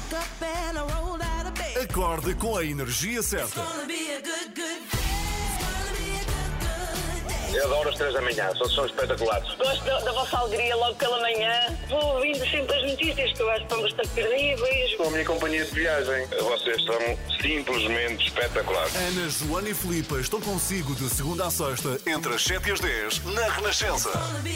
Acorde com a energia certa. Eu adoro as 3 da manhã, são espetaculares. Gosto da vossa alegria logo pela manhã. Vou ouvindo sempre as notícias que eu acho que estão bastante terríveis. Com a minha companhia de viagem. Vocês são simplesmente espetaculares. Ana, Joana e Filipe estão consigo de segunda a sexta, entre as 7 e as 10, na Renascença.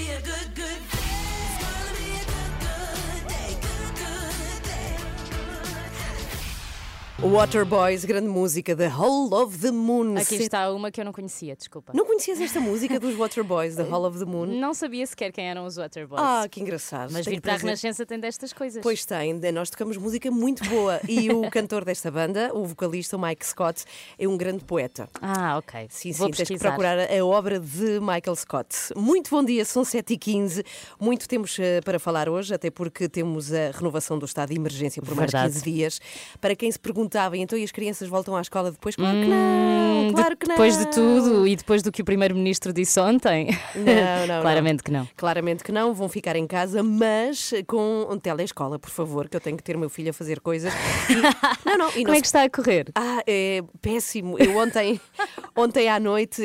Waterboys, grande música, The Hall of the Moon. Aqui está uma que eu não conhecia, desculpa. Não conhecias esta música dos Waterboys, The Hall of the Moon? Não sabia sequer quem eram os Waterboys. Ah, que engraçado. Mas Tem vir que para a trazer- Renascença tem destas coisas. Pois tem, nós tocamos música muito boa. E o cantor desta banda, o vocalista, o Mike Scott, é um grande poeta. Ah, ok. Sim, Vou tens que pesquisar. procurar a obra de Michael Scott. Muito bom dia, são 7h15. Muito temos para falar hoje, até porque temos a renovação do estado de emergência por mais Verdade. 15 dias. Para quem se perguntava, então e as crianças voltam à escola depois? Claro que não, claro que não. Depois de tudo e depois do que o Primeiro-Ministro disse ontem. Não. Claramente que não. Claramente que não, vão ficar em casa, mas com telescola, por favor, que eu tenho que ter o meu filho a fazer coisas. E Como é que está a correr? É péssimo. Eu ontem à noite,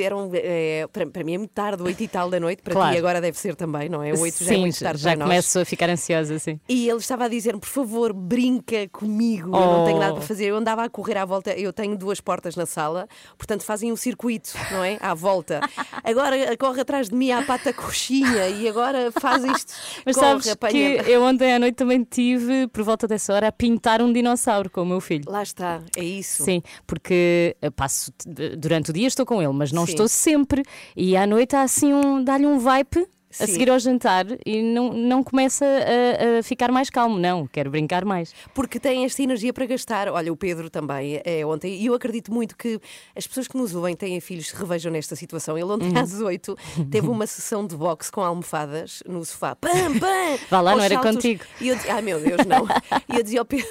para mim é muito tarde, 8 e tal da noite, para Claro. ti agora deve ser também, não é? 8 já é Sim, muito tarde já para nós. começo a ficar ansiosa, sim. E ele estava a dizer-me, por favor, brinca comigo, eu não tenho nada para fazer. Eu andava a correr à volta, eu tenho 2 portas na sala, portanto fazem um circuito, não é? À volta. Agora corre atrás de mim à pata coxinha e agora faz isto. Mas corre, sabes apanha. que eu ontem à noite também tive, por volta dessa hora, a pintar um dinossauro com o meu filho. Lá está, é isso. Sim, porque eu passo durante o dia estou com ele, mas não Sim. estou sempre. E à noite há assim dá-lhe um vibe a Sim. seguir ao jantar e não começa a ficar mais calmo, não, quero brincar mais. Porque tem esta energia para gastar. Olha, o Pedro também é ontem, e eu acredito muito que as pessoas que nos ouvem têm filhos se revejam nesta situação. Ele ontem às 8 teve uma sessão de boxe com almofadas no sofá. Pam, pam! Vá lá, aos não era saltos. contigo. E eu dizia, ai meu Deus, não. E eu dizia ao Pedro,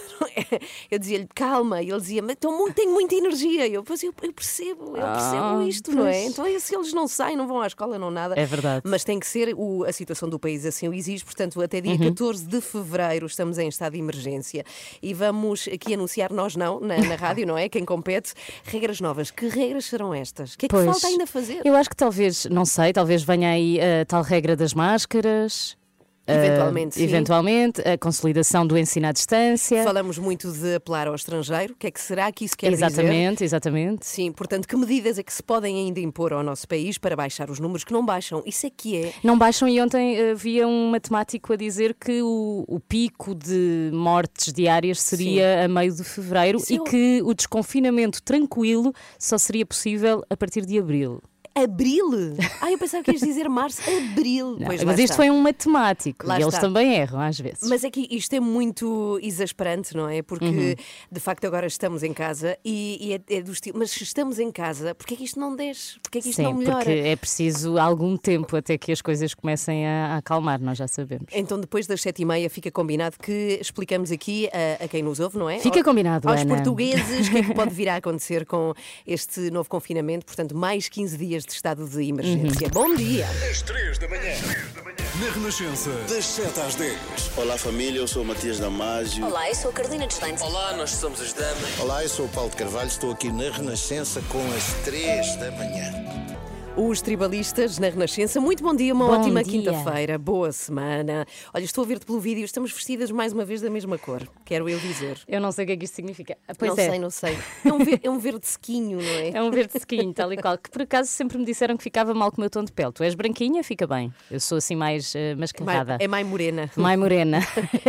eu dizia-lhe, calma. E ele dizia, mas tenho muita energia. E eu percebo isto, não é? pois. Então se eles não saem, não vão à escola, não nada. É verdade. Mas tem que ser, a situação do país assim o exige, portanto, até dia 14 de fevereiro estamos em estado de emergência e vamos aqui anunciar, nós não, na rádio, não é? Quem compete, regras novas. Que regras serão estas? O que é que Pois, falta ainda fazer? Eu acho que talvez, não sei, talvez venha aí a tal regra das máscaras. Eventualmente, sim. Eventualmente, a consolidação do ensino à distância. Falamos muito de apelar ao estrangeiro. O que é que será que isso quer dizer? Exatamente. Sim, portanto, que medidas é que se podem ainda impor ao nosso país para baixar os números que não baixam? Isso é que é. Não baixam, e ontem havia um matemático a dizer que o pico de mortes diárias seria a meio de fevereiro Isso e que o desconfinamento tranquilo só seria possível a partir de abril. Abril? Eu pensava que ias dizer março. Abril. Não, Pois lá mas isto está. foi um matemático Lá e eles está. também erram às vezes. Mas é que isto é muito exasperante, não é? Porque de facto agora estamos em casa e é do estilo, mas se estamos em casa, porquê é que isto não desce? Porquê é que isto não Sim, melhora? porque é preciso algum tempo até que as coisas comecem a acalmar, nós já sabemos. Então depois das 7h30 fica combinado que explicamos aqui a quem nos ouve, não é? Fica combinado, Aos Ana. portugueses o que é que pode vir a acontecer com este novo confinamento, portanto mais 15 dias de estado de emergência. Bom dia! Às 3 da manhã. Na Renascença, das 7 às 10. Olá família, eu sou o Matias Damasio. Olá, eu sou a Carolina Deslandes. Olá, nós somos as Damas. Olá, eu sou o Paulo de Carvalho, estou aqui na Renascença com as 3 da manhã. Os tribalistas na Renascença, muito bom dia, uma Bom ótima dia. quinta-feira, boa semana. Olha, estou a ver-te pelo vídeo, estamos vestidas mais uma vez da mesma cor, quero eu dizer. Eu não sei o que é que isto significa. Pois Não sei. É um verde sequinho, não é? É um verde sequinho, tal e qual. Que por acaso sempre me disseram que ficava mal com o meu tom de pele. Tu és branquinha, fica bem. Eu sou assim mais mascarrada. É mais morena. Mais morena.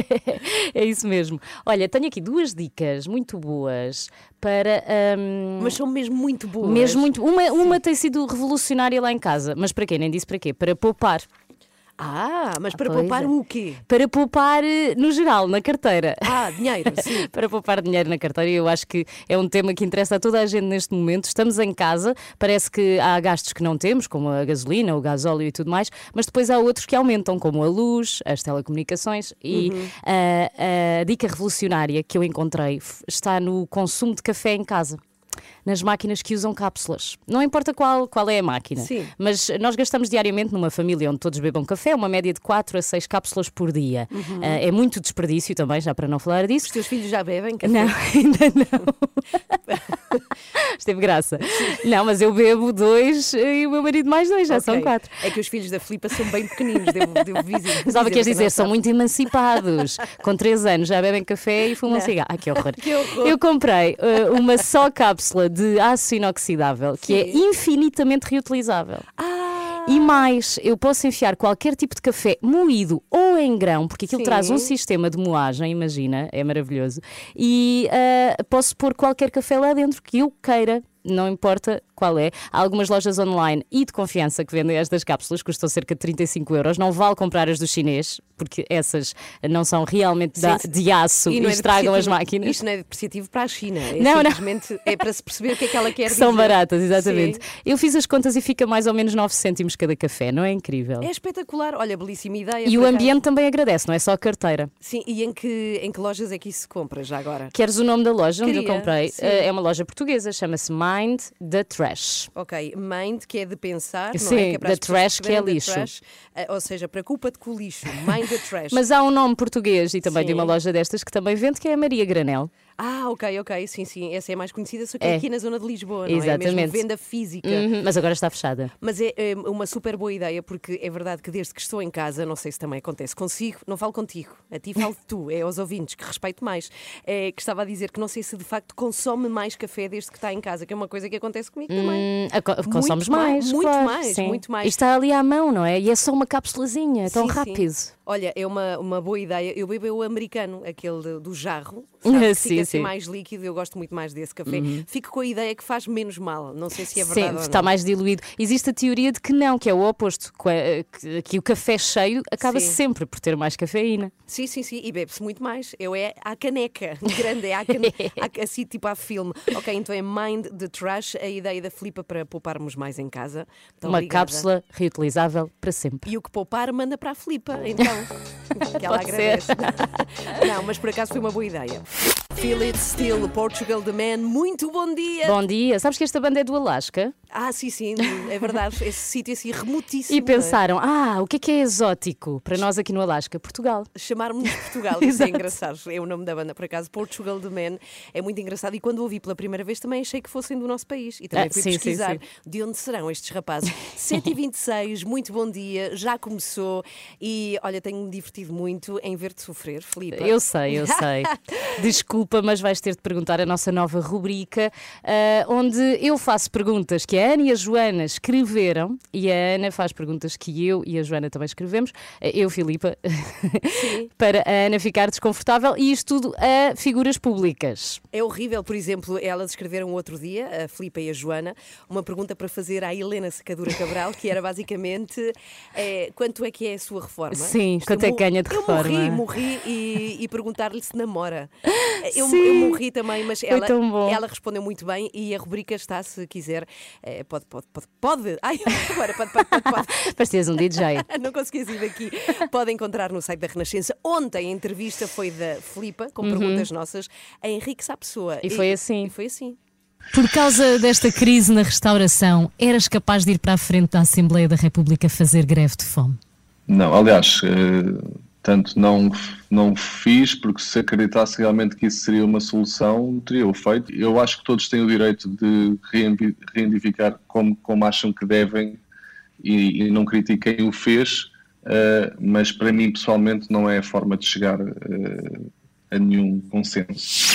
É isso mesmo. Olha, tenho aqui 2 dicas muito boas para. Mas são mesmo muito boas. Mesmo muito. Uma tem sido revolucionária lá em casa. Mas para quê? Nem disse para quê. Para poupar. Mas para Pois poupar é. o quê? Para poupar no geral, na carteira. Dinheiro, sim. Para poupar dinheiro na carteira. Eu acho que é um tema que interessa a toda a gente neste momento. Estamos em casa, parece que há gastos que não temos, como a gasolina, o gasóleo e tudo mais, mas depois há outros que aumentam, como a luz, as telecomunicações. E a dica revolucionária que eu encontrei está no consumo de café em casa. nas máquinas que usam cápsulas. Não importa qual é a máquina, Sim. mas nós gastamos diariamente numa família onde todos bebam café, uma média de 4 a 6 cápsulas por dia. É muito desperdício também, já para não falar disso. Os teus filhos já bebem café? Não, ainda não. Teve graça. Não, mas eu bebo 2 e o meu marido mais 2, já são Ok. 4. É que os filhos da Filipa são bem pequeninos, devo dizer. Pensava que ias para dizer, não são sabe. muito emancipados. Com 3 anos já bebem café e fumam cigarro. Ah, que horror. Que horror. Eu comprei uma só cápsula de aço inoxidável que é Sim. infinitamente reutilizável. Ah, E mais, eu posso enfiar qualquer tipo de café moído ou em grão, porque aquilo Sim. traz um sistema de moagem, imagina, é maravilhoso. E posso pôr qualquer café lá dentro que eu queira. Não importa qual é. Há algumas lojas online e de confiança que vendem estas cápsulas, custam cerca de 35 euros. Não vale comprar as do chinês, porque essas não são realmente Sim. de aço e não é estragam as depreciativo- máquinas. Isto não é depreciativo para a China. É Não, não. simplesmente é para se perceber o que é que ela quer Que são dizer. baratas, exatamente. Sim. Eu fiz as contas e fica mais ou menos 9 cêntimos cada café, não é incrível? É espetacular. Olha, belíssima ideia. E por o acaso. ambiente também agradece, não é só a carteira. Sim, e em que lojas é que isso se compra já agora? Queres o nome da loja onde eu Queria, comprei? sim. É uma loja portuguesa, chama-se Mind the Trash. Ok, mind, que é de pensar, não Sim, é? Que é para the as pessoas trash, que é perceberem, the lixo. trash, ou seja, preocupa-te com o lixo. Mind the trash. Mas há um nome português e também de Sim. uma loja destas que também vende, que é a Maria Granel. Ah, ok, sim. Essa é mais conhecida, só que É. aqui na zona de Lisboa, não é? Exatamente. Mesmo venda física. Mas agora está fechada. Mas é uma super boa ideia, porque é verdade que desde que estou em casa, não sei se também acontece consigo, não falo contigo, a ti falo de tu, é aos ouvintes, que respeito mais, que estava a dizer que não sei se de facto consome mais café desde que está em casa, que é uma coisa que acontece comigo também. Consomes Muito mais, muito claro, mais, sim. muito mais. E está ali à mão, não é? E é só uma cápsulazinha, tão Sim, sim. rápido. Olha, é uma boa ideia. Eu bebo o americano, aquele do jarro, sabe? Que Sim, fica assim sim. mais líquido, eu gosto muito mais desse café. Fico com a ideia que faz menos mal, não sei se é Sim, verdade ou está não. mais diluído. Existe a teoria de que não, que é o oposto, que o café cheio acaba Sim. sempre por ter mais cafeína. Sim, e bebe-se muito mais. É à caneca, grande, é à caneca, assim tipo à filme. Ok, então é Mind the Trash, a ideia da Filipa para pouparmos mais em casa. Muito Uma obrigada. cápsula reutilizável para sempre. E o que poupar manda para a Filipa, então. Que ela Pode agradece. Não, mas por acaso foi uma boa ideia. Feel It Still, Portugal The Man, muito bom dia! Bom dia. Sabes que esta banda é do Alasca? Ah, sim, é verdade, esse sítio assim remotíssimo. E pensaram, o que é exótico para nós aqui no Alasca? Portugal. Chamar-me Portugal, isso é Exato. engraçado. É o nome da banda, por acaso, Portugal The Man, é muito engraçado. E quando ouvi pela primeira vez também achei que fossem do nosso país. E também fui sim, pesquisar sim. de onde serão estes rapazes. 7h26, muito bom dia, já começou. E olha, tenho-me divertido muito em ver-te sofrer, Filipa. Eu sei. Desculpa, mas vais ter de perguntar a nossa nova rubrica, onde eu faço perguntas que a Ana e a Joana escreveram e a Ana faz perguntas que eu e a Joana também escrevemos, eu, Filipa, para a Ana ficar desconfortável, e isto tudo a figuras públicas. É horrível, por exemplo, elas escreveram outro dia, a Filipa e a Joana, uma pergunta para fazer à Helena Secadura Cabral, que era basicamente quanto é que é a sua reforma? Sim, quanto é que ganha de reforma? Eu morri e perguntar-lhe se namora. Eu Sim. morri também, mas Foi tão bom. ela respondeu muito bem e a rubrica está, se quiser, pode. Ai, agora pode. Parecias um DJ. Não consegui sair daqui. Pode encontrar no site da Renascença. Ontem a entrevista foi da Filipa, com perguntas nossas, a Henrique Sapessoa. E foi assim. E foi assim. Por causa desta crise na restauração, eras capaz de ir para a frente da Assembleia da República fazer greve de fome? Não, aliás, tanto não fiz, porque se acreditasse realmente que isso seria uma solução, teria-o feito. Eu acho que todos têm o direito de reivindicar como acham que devem e não critico quem o fez, mas para mim pessoalmente não é a forma de chegar a nenhum consenso.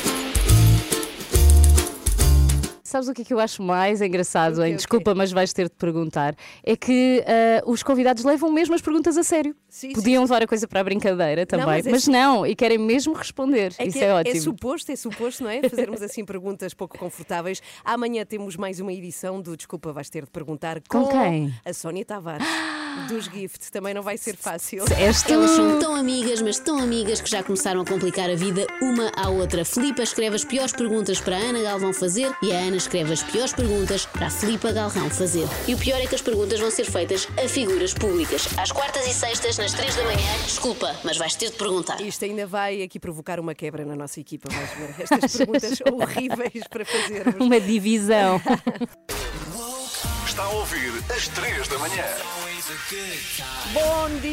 Sabes o que é que eu acho mais engraçado, O quê? desculpa, mas vais ter de perguntar, é que os convidados levam mesmo as perguntas a sério. Sim, Podiam levar a coisa para a brincadeira também, mas é mas não, e querem mesmo responder. Isso que é ótimo. É suposto, não é? Fazermos assim perguntas pouco confortáveis. Amanhã temos mais uma edição do Desculpa, vais ter de perguntar Com quem? A Sónia Tavares, dos Gift. Também não vai ser fácil. És tu. Elas são tão amigas, mas tão amigas que já começaram a complicar a vida uma à outra. Filipa escreve as piores perguntas para a Ana Galvão fazer e a Ana escreve as piores perguntas para a Filipa Galrão fazer. E o pior é que as perguntas vão ser feitas a figuras públicas. Às quartas e sextas, nas 3 da manhã. Desculpa, mas vais ter de perguntar. Isto ainda vai aqui provocar uma quebra na nossa equipa, vais ver. Estas perguntas horríveis para fazermos. Uma divisão. Está a ouvir às 3 da manhã. Bom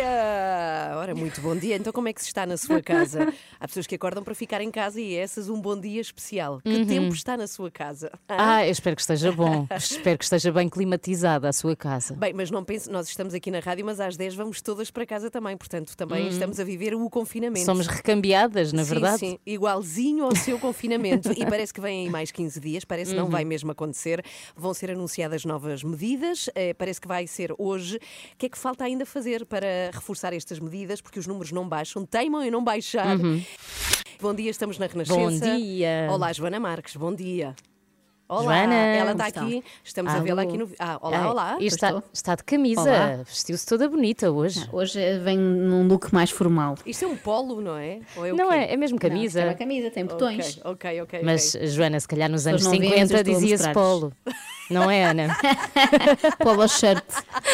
dia! Ora, muito bom dia. Então como é que se está na sua casa? Há pessoas que acordam para ficar em casa e essas um bom dia especial. Que tempo está na sua casa? Eu espero que esteja bom. Espero que esteja bem climatizada a sua casa. Bem, mas não pense, nós estamos aqui na rádio, mas às 10 vamos todas para casa também. Portanto, também estamos a viver o confinamento. Somos recambiadas, na verdade. Sim, igualzinho ao seu confinamento. E parece que vem aí mais 15 dias, parece que não vai mesmo acontecer. Vão ser anunciadas novas medidas, parece que vai ser hoje. O que é que falta ainda fazer para reforçar estas medidas? Porque os números não baixam, teimam em não baixar. Bom dia, estamos na Renascença. Bom dia. Olá, Joana Marques, bom dia. Olá, Joana, ela está como aqui, estamos a vê-la aqui no... olá. E está de camisa, vestiu-se toda bonita hoje. Hoje vem num look mais formal. Isto é um polo, não é? Ou é o Não quê? é mesmo camisa. Não, é uma camisa, tem botões. Ok. Mas, Joana, se calhar nos anos não veem, 50 mas eu estou a dizia-se mostrar-lhes. polo. Não é, Ana? Polo shirt.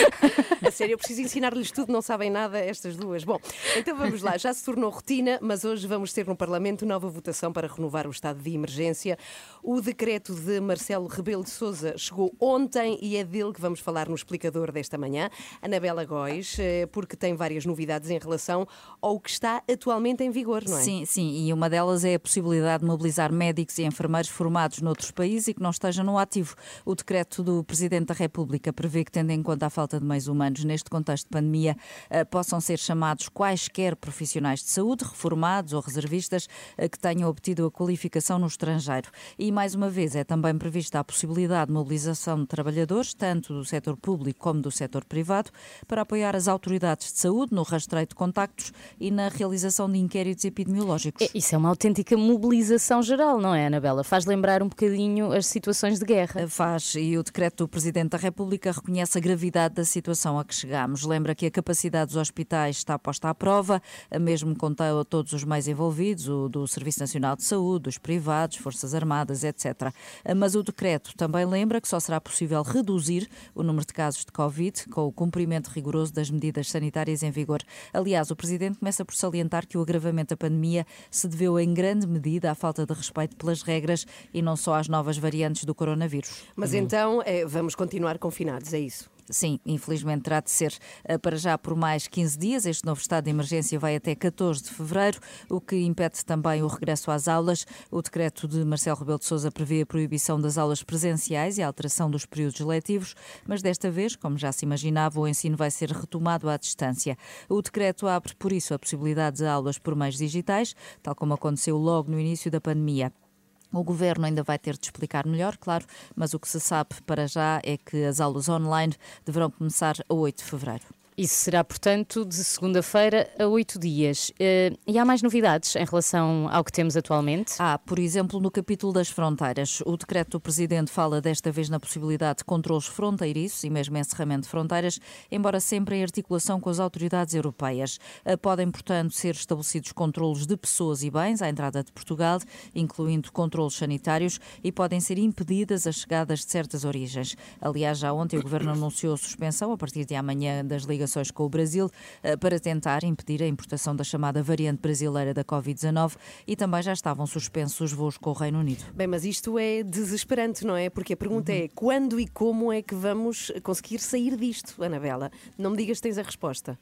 A sério, eu preciso ensinar-lhes tudo, não sabem nada estas duas. Bom, então vamos lá, já se tornou rotina, mas hoje vamos ter no Parlamento nova votação para renovar o estado de emergência. O decreto de Marcelo Rebelo de Sousa chegou ontem e é dele que vamos falar no explicador desta manhã, Anabela Góis, porque tem várias novidades em relação ao que está atualmente em vigor, não é? Sim, e uma delas é a possibilidade de mobilizar médicos e enfermeiros formados noutros países e que não estejam no ativo. O decreto do Presidente da República prevê que, tendo em conta a falta de meios humanos neste contexto de pandemia, possam ser chamados quaisquer profissionais de saúde, reformados ou reservistas, que tenham obtido a qualificação no estrangeiro. E, mais uma vez, é também prevista a possibilidade de mobilização de trabalhadores, tanto do setor público como do setor privado, para apoiar as autoridades de saúde no rastreio de contactos e na realização de inquéritos epidemiológicos. Isso é uma autêntica mobilização geral, não é, Anabela? Faz lembrar um bocadinho as situações de guerra. Faz, e o decreto do Presidente da República reconhece a gravidade da situação a que chegamos. Lembra que a capacidade dos hospitais está posta à prova, mesmo com todos os meios envolvidos, o do Serviço Nacional de Saúde, os privados, Forças Armadas, etc. Mas o decreto também lembra que só será possível reduzir o número de casos de Covid com o cumprimento rigoroso das medidas sanitárias em vigor. Aliás, o Presidente começa por salientar que o agravamento da pandemia se deveu em grande medida à falta de respeito pelas regras e não só às novas variantes do coronavírus. Mas então vamos continuar confinados, é isso? Sim, infelizmente terá de ser para já por mais 15 dias. Este novo estado de emergência vai até 14 de fevereiro, o que impede também o regresso às aulas. O decreto de Marcelo Rebelo de Sousa prevê a proibição das aulas presenciais e a alteração dos períodos letivos, mas desta vez, como já se imaginava, o ensino vai ser retomado à distância. O decreto abre, por isso, a possibilidade de aulas por meios digitais, tal como aconteceu logo no início da pandemia. O Governo ainda vai ter de explicar melhor, claro, mas o que se sabe para já é que as aulas online deverão começar a 8 de fevereiro. Isso será, portanto, de segunda-feira a 8 dias. E há mais novidades em relação ao que temos atualmente? Por exemplo, no capítulo das fronteiras. O decreto do Presidente fala desta vez na possibilidade de controlos fronteiriços e mesmo encerramento de fronteiras, embora sempre em articulação com as autoridades europeias. Podem, portanto, ser estabelecidos controlos de pessoas e bens à entrada de Portugal, incluindo controlos sanitários, e podem ser impedidas as chegadas de certas origens. Aliás, já ontem o Governo anunciou a suspensão, a partir de amanhã, das ligações com o Brasil para tentar impedir a importação da chamada variante brasileira da Covid-19 e também já estavam suspensos os voos com o Reino Unido. Bem, mas isto é desesperante, não é? Porque a pergunta é quando e como é que vamos conseguir sair disto, Anabela? Não me digas que tens a resposta.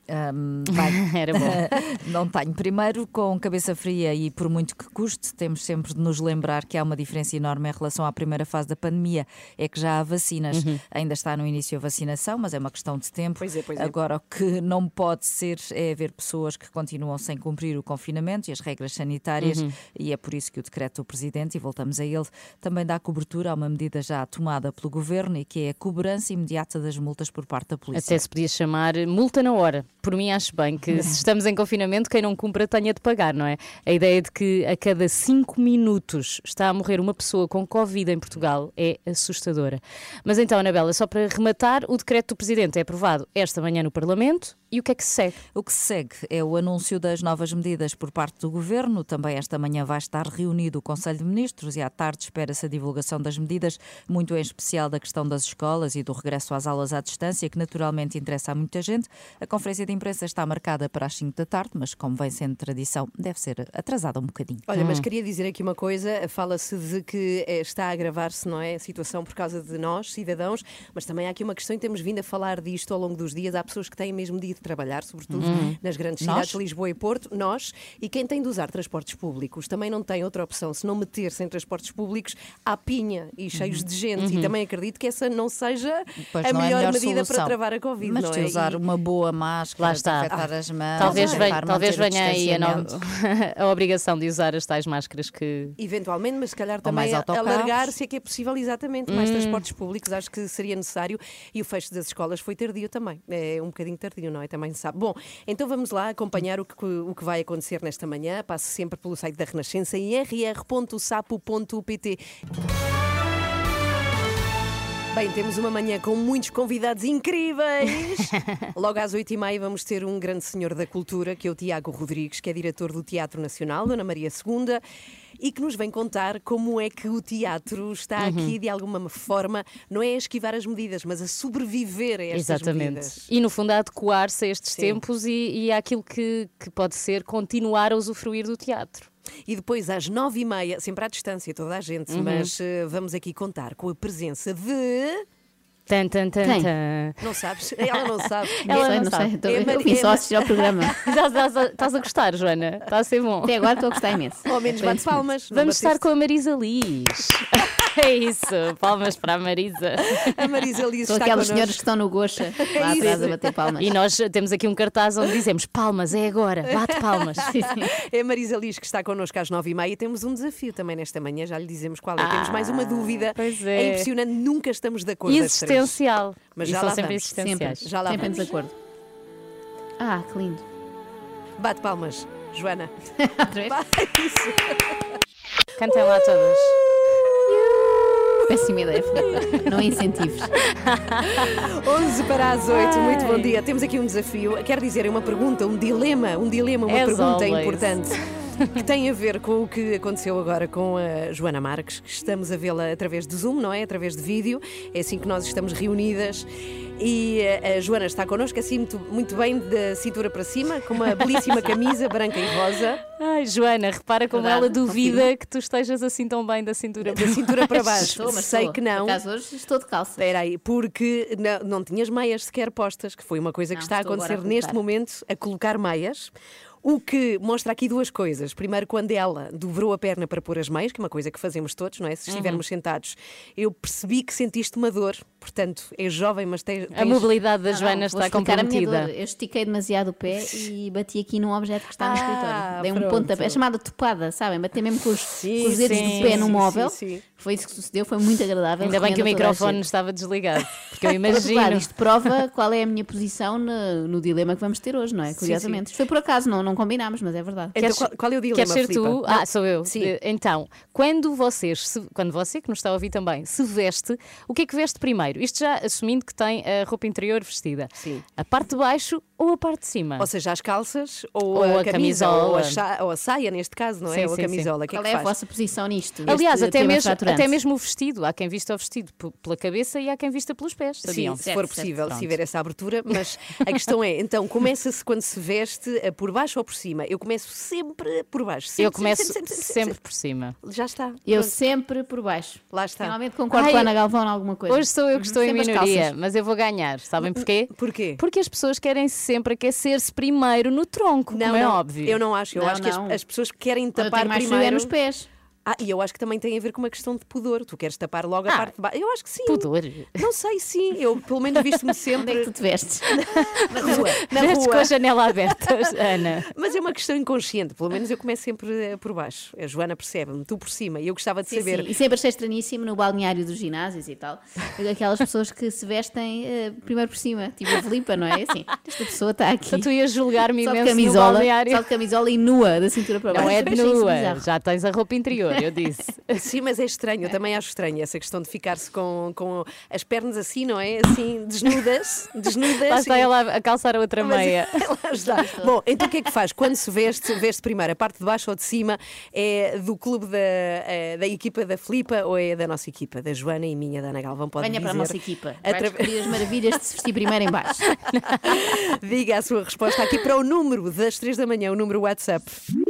Era bom. Não tenho. Primeiro, com cabeça fria e por muito que custe, temos sempre de nos lembrar que há uma diferença enorme em relação à primeira fase da pandemia. É que já há vacinas. Ainda está no início a vacinação, mas é uma questão de tempo. Pois é. Agora, o que não pode ser é haver pessoas que continuam sem cumprir o confinamento e as regras sanitárias e é por isso que o decreto do Presidente, e voltamos a ele, também dá cobertura a uma medida já tomada pelo Governo e que é a cobrança imediata das multas por parte da polícia. Até se podia chamar multa na hora. Por mim acho bem que se estamos em confinamento, quem não cumpra tenha de pagar, não é? A ideia de que a cada 5 minutos está a morrer uma pessoa com Covid em Portugal é assustadora. Mas então, Anabela, só para rematar, o decreto do Presidente é aprovado esta manhã no Parlamento E o que é que se segue? O que se segue é o anúncio das novas medidas por parte do Governo. Também esta manhã vai estar reunido o Conselho de Ministros e à tarde espera-se a divulgação das medidas, muito em especial da questão das escolas e do regresso às aulas à distância, que naturalmente interessa a muita gente. A conferência de imprensa está marcada para as 5 da tarde, mas como vem sendo tradição, deve ser atrasada um bocadinho. Olha, mas queria dizer aqui uma coisa, fala-se de que está a agravar-se, não é, a situação por causa de nós, cidadãos, mas também há aqui uma questão e temos vindo a falar disto ao longo dos dias. Há pessoas que têm mesmo de ir trabalhar, sobretudo nas grandes cidades, Lisboa e Porto, nós, e quem tem de usar transportes públicos também não tem outra opção se não meter-se em transportes públicos à pinha e cheios de gente. E também acredito que essa não seja a melhor medida para travar a Covid. Mas não de é? usar uma boa máscara, Lá está. desinfetar as mãos, Talvez venha aí a obrigação de usar as tais máscaras que... Eventualmente, mas se calhar também alargar, se é que é possível, exatamente, mais transportes públicos, acho que seria necessário. E o fecho das escolas foi tardio também, é um bocadinho tardio, não é? Também se sabe. Bom, então vamos lá acompanhar o que vai acontecer nesta manhã. Passe sempre pelo site da Renascença em rr.sapo.pt. Bem, temos uma manhã com muitos convidados incríveis. Logo às 8h30 vamos ter um grande senhor da cultura, que é o Tiago Rodrigues, que é diretor do Teatro Nacional, Dona Maria II, e que nos vem contar como é que o teatro está aqui, de alguma forma, não é a esquivar as medidas, mas a sobreviver a estas medidas. E, no fundo, a adequar-se a estes tempos e àquilo que pode ser continuar a usufruir do teatro. E depois, às 9h30, sempre à distância, toda a gente, mas vamos aqui contar com a presença de... Quem? Não sabes? Ela não sabe. Ela não sabe. Eu vim só assistir ao programa. Estás a gostar, Joana? Está a ser bom. Até agora estou a gostar imenso. Ao menos bate palmas. Vamos estar com a Marisa Liz. É isso, palmas para a Marisa. A Marisa Liz São está aquelas connosco. senhoras que estão no Gocha, lá atrás a bater palmas. E nós temos aqui um cartaz onde dizemos palmas, é agora, bate palmas. É a Marisa Liz que está connosco às 9h30 e temos um desafio também nesta manhã, já lhe dizemos qual é. Temos mais uma dúvida. Pois é impressionante, nunca estamos de acordo. Existencial. Mas e já são lá sempre vamos. existenciais. Já lá sempre em vamos. desacordo. Ah, que lindo. Bate palmas, Joana. Cantem lá todas. Péssima ideia, Filipe. Não incentives. 7:50, muito bom dia. Temos aqui um desafio, quer dizer, uma pergunta, um dilema, uma pergunta importante. Que tem a ver com o que aconteceu agora com a Joana Marques, que estamos a vê-la através de Zoom, não é? Através de vídeo. É assim que nós estamos reunidas. E a Joana está connosco, assim muito bem, da cintura para cima, com uma belíssima camisa branca e rosa. Ai, Joana, repara como ela duvida que tu estejas assim tão bem da cintura para baixo. Sei que não. Por acaso hoje estou de calça. Espera aí, porque não tinhas meias sequer postas, que foi uma coisa que está a acontecer neste momento, a colocar meias. O que mostra aqui duas coisas. Primeiro, quando ela dobrou a perna para pôr as meias, que é uma coisa que fazemos todos, não é? Se estivermos sentados, eu percebi que sentiste uma dor. Portanto, és jovem, mas tens... A mobilidade da Joana está comprometida. Eu estiquei demasiado o pé e bati aqui num objeto que está no escritório. Dei um pontapé. É chamada topada, sabem? Bater mesmo com os dedos do pé no móvel. Foi isso que sucedeu, foi muito agradável. Ainda bem que o microfone estava desligado, porque eu imagino. Isto prova qual é a minha posição no dilema que vamos ter hoje, não é? Curiosamente. Isto foi por acaso, não combinámos, mas é verdade. Então, qual é o dilema, Queres ser Filipa? tu? Ah, sou eu. Sim. Então, quando você, que nos está a ouvir também, se veste, o que é que veste primeiro? Isto já assumindo que tem a roupa interior vestida. Sim. A parte de baixo ou a parte de cima? Ou seja, as calças ou a camisola. Ou a saia, neste caso, não é? Sim, ou a camisola. Qual é a vossa posição nisto? Aliás, até mesmo o vestido. Há quem vista o vestido pela cabeça e há quem vista pelos pés. Sabiam? Sim, se for possível, se tiver essa abertura. Mas a questão é, então, começa-se quando se veste por baixo ou por cima? Eu começo sempre por baixo. Eu começo sempre por cima. Já está. Eu sempre por baixo. Lá está. Finalmente concordo com a Ana Galvão em alguma coisa. Hoje sou eu que estou em minoria, mas eu vou ganhar. Sabem porquê? Porquê? Porque as pessoas querem sempre aquecer-se primeiro no tronco, como é óbvio. Eu não acho. Eu acho que as pessoas querem tapar primeiro nos pés. E eu acho que também tem a ver com uma questão de pudor. Tu queres tapar logo a parte de baixo. Eu acho que sim. Pudor? Não sei, sim. Eu, pelo menos, visto-me sempre. Onde é que tu te vestes? Na rua. Vestes com a janela aberta, Ana. Mas é uma questão inconsciente. Pelo menos eu começo sempre por baixo. A Joana percebe-me, tu por cima. E eu gostava de saber. Sim. E sempre achei estranhíssimo no balneário dos ginásios e tal. Aquelas pessoas que se vestem primeiro por cima. Tipo a Filipa, não é? Assim, esta pessoa está aqui. Então tu ias julgar-me imenso camisola, no balneário. só de camisola e nua, da cintura para baixo. Não é de nua, já tens a roupa interior. amor, eu disse. Sim, mas é estranho, eu também acho estranho essa questão de ficar-se com as pernas assim, não é? Assim, desnudas. Lá está ela a calçar a outra meia. Lá está. Bom, então o que é que faz? Quando se veste primeiro, a parte de baixo ou de cima é do clube da equipa da Filipa ou é da nossa equipa, da Joana e minha, da Ana Galvão? Pode Venha dizer. para a nossa equipa. Vai descobrir as maravilhas de se vestir primeiro em baixo. Diga a sua resposta aqui para o número das 3 da manhã, o número WhatsApp.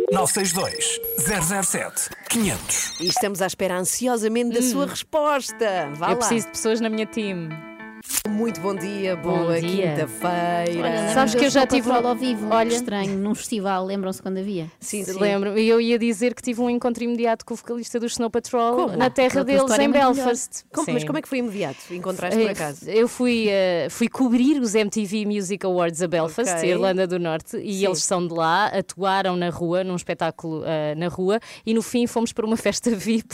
962 007 500. E estamos à espera ansiosamente da sua resposta. Vá Eu lá. preciso de pessoas na minha team. Muito bom dia, boa quinta-feira. Sabes que eu já tive ao vivo, olha, estranho, num festival, lembram-se quando havia? Sim. Lembro. E eu ia dizer que tive um encontro imediato com o vocalista do Snow Patrol na terra deles, em Belfast. Mas como é que foi imediato? Encontraste por acaso? Eu fui cobrir os MTV Music Awards a Belfast, Irlanda do Norte, e eles são de lá, atuaram na rua, num espetáculo na rua, e no fim fomos para uma festa VIP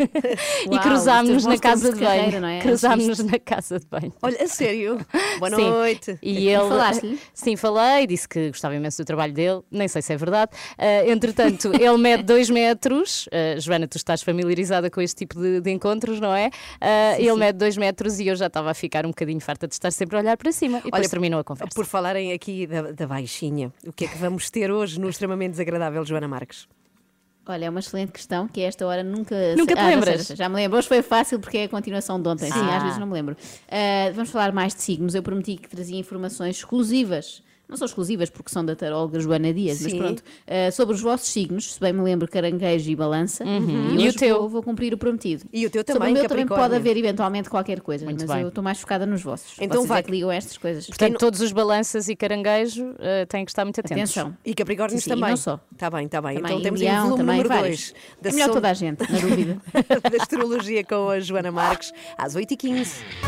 e cruzámos-nos na casa de banho. Cruzámos-nos na casa de banho. Olha, a sério? Boa noite. E ele, falaste-lhe? Sim, falei, disse que gostava imenso do trabalho dele, nem sei se é verdade. Entretanto, ele mede 2 metros. Joana, tu estás familiarizada com este tipo de encontros, não é? Ele mede 2 metros e eu já estava a ficar um bocadinho farta de estar sempre a olhar para cima. E depois terminou a conversa. Por falarem aqui da baixinha, o que é que vamos ter hoje no extremamente desagradável, Joana Marques? Olha, é uma excelente questão, que a esta hora nunca te lembras? Já me lembro. Hoje foi fácil porque é a continuação de ontem. Sim, às vezes não me lembro. Vamos falar mais de signos. Eu prometi que trazia informações exclusivas. Não são exclusivas porque são da taróloga Joana Dias, mas pronto, sobre os vossos signos, se bem me lembro, Caranguejo e Balança, e hoje o teu? Vou cumprir o prometido. E o teu também, sobre o meu também Capricórnio. pode haver eventualmente qualquer coisa, Muito mas bem. eu estou mais focada nos vossos. Então Vocês vai. é que ligam a estas coisas. Portanto, todos os balanças e caranguejo têm que estar muito atentos. Atenção. E Capricórnios Sim, também. e não só. Está bem. Também, Então temos aí Leão, o volume também, número vários. 2. É melhor toda a gente, na dúvida. Da astrologia com a Joana Marques, às 8h15.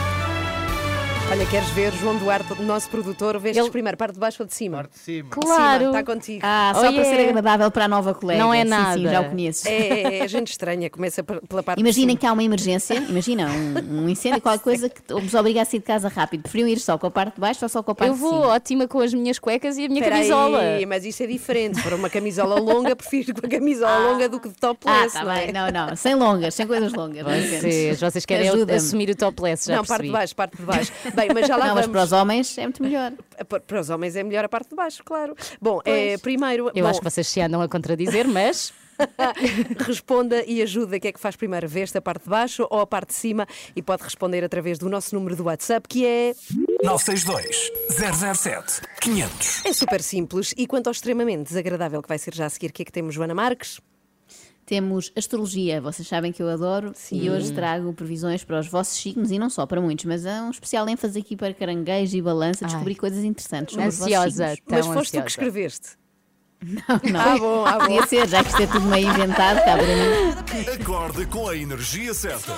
Olha, queres ver João Duarte, nosso produtor, vestes primeiro, parte de baixo ou de cima? Parte de cima. Claro. Está contigo. Só para ser agradável para a nova colega. Não é Sim, nada. sim, já o conheço. É gente estranha, começa pela parte Imaginem de que há uma emergência, imagina um incêndio, qualquer coisa que vos obriga a sair de casa rápido. Preferiam ir só com a parte de baixo ou só com a parte Eu de vou cima? ótima com as minhas cuecas e a minha Espera camisola. aí, mas isso é diferente. Para uma camisola longa, prefiro com a camisola longa do que de topless. Tá não é? bem. Não, sem longas, sem coisas longas. Vocês querem Ajuda-me. assumir o topless, já Não, parte percebi. de baixo. Bem, mas já lá Não, mas vamos. para os homens é muito melhor. Para os homens é melhor a parte de baixo, claro. Bom, primeiro. Eu acho que vocês se andam a contradizer, mas responda e ajuda. O que é que faz primeiro? Veste a parte de baixo ou a parte de cima? E pode responder através do nosso número do WhatsApp, que é 962 007 500. É super simples. E quanto ao extremamente desagradável que vai ser já a seguir, o que é que temos, Joana Marques? Temos astrologia, vocês sabem que eu adoro, e hoje trago previsões para os vossos signos e não só para muitos, mas há um especial ênfase aqui para Caranguejo e Balança, descobrir coisas interessantes sobre os vossos ansiosa. signos. Mas foste tu que escreveste? Não. Bom. Podia ser, já que isto é tudo meio inventado, cá para mim. Acorde com a energia certa.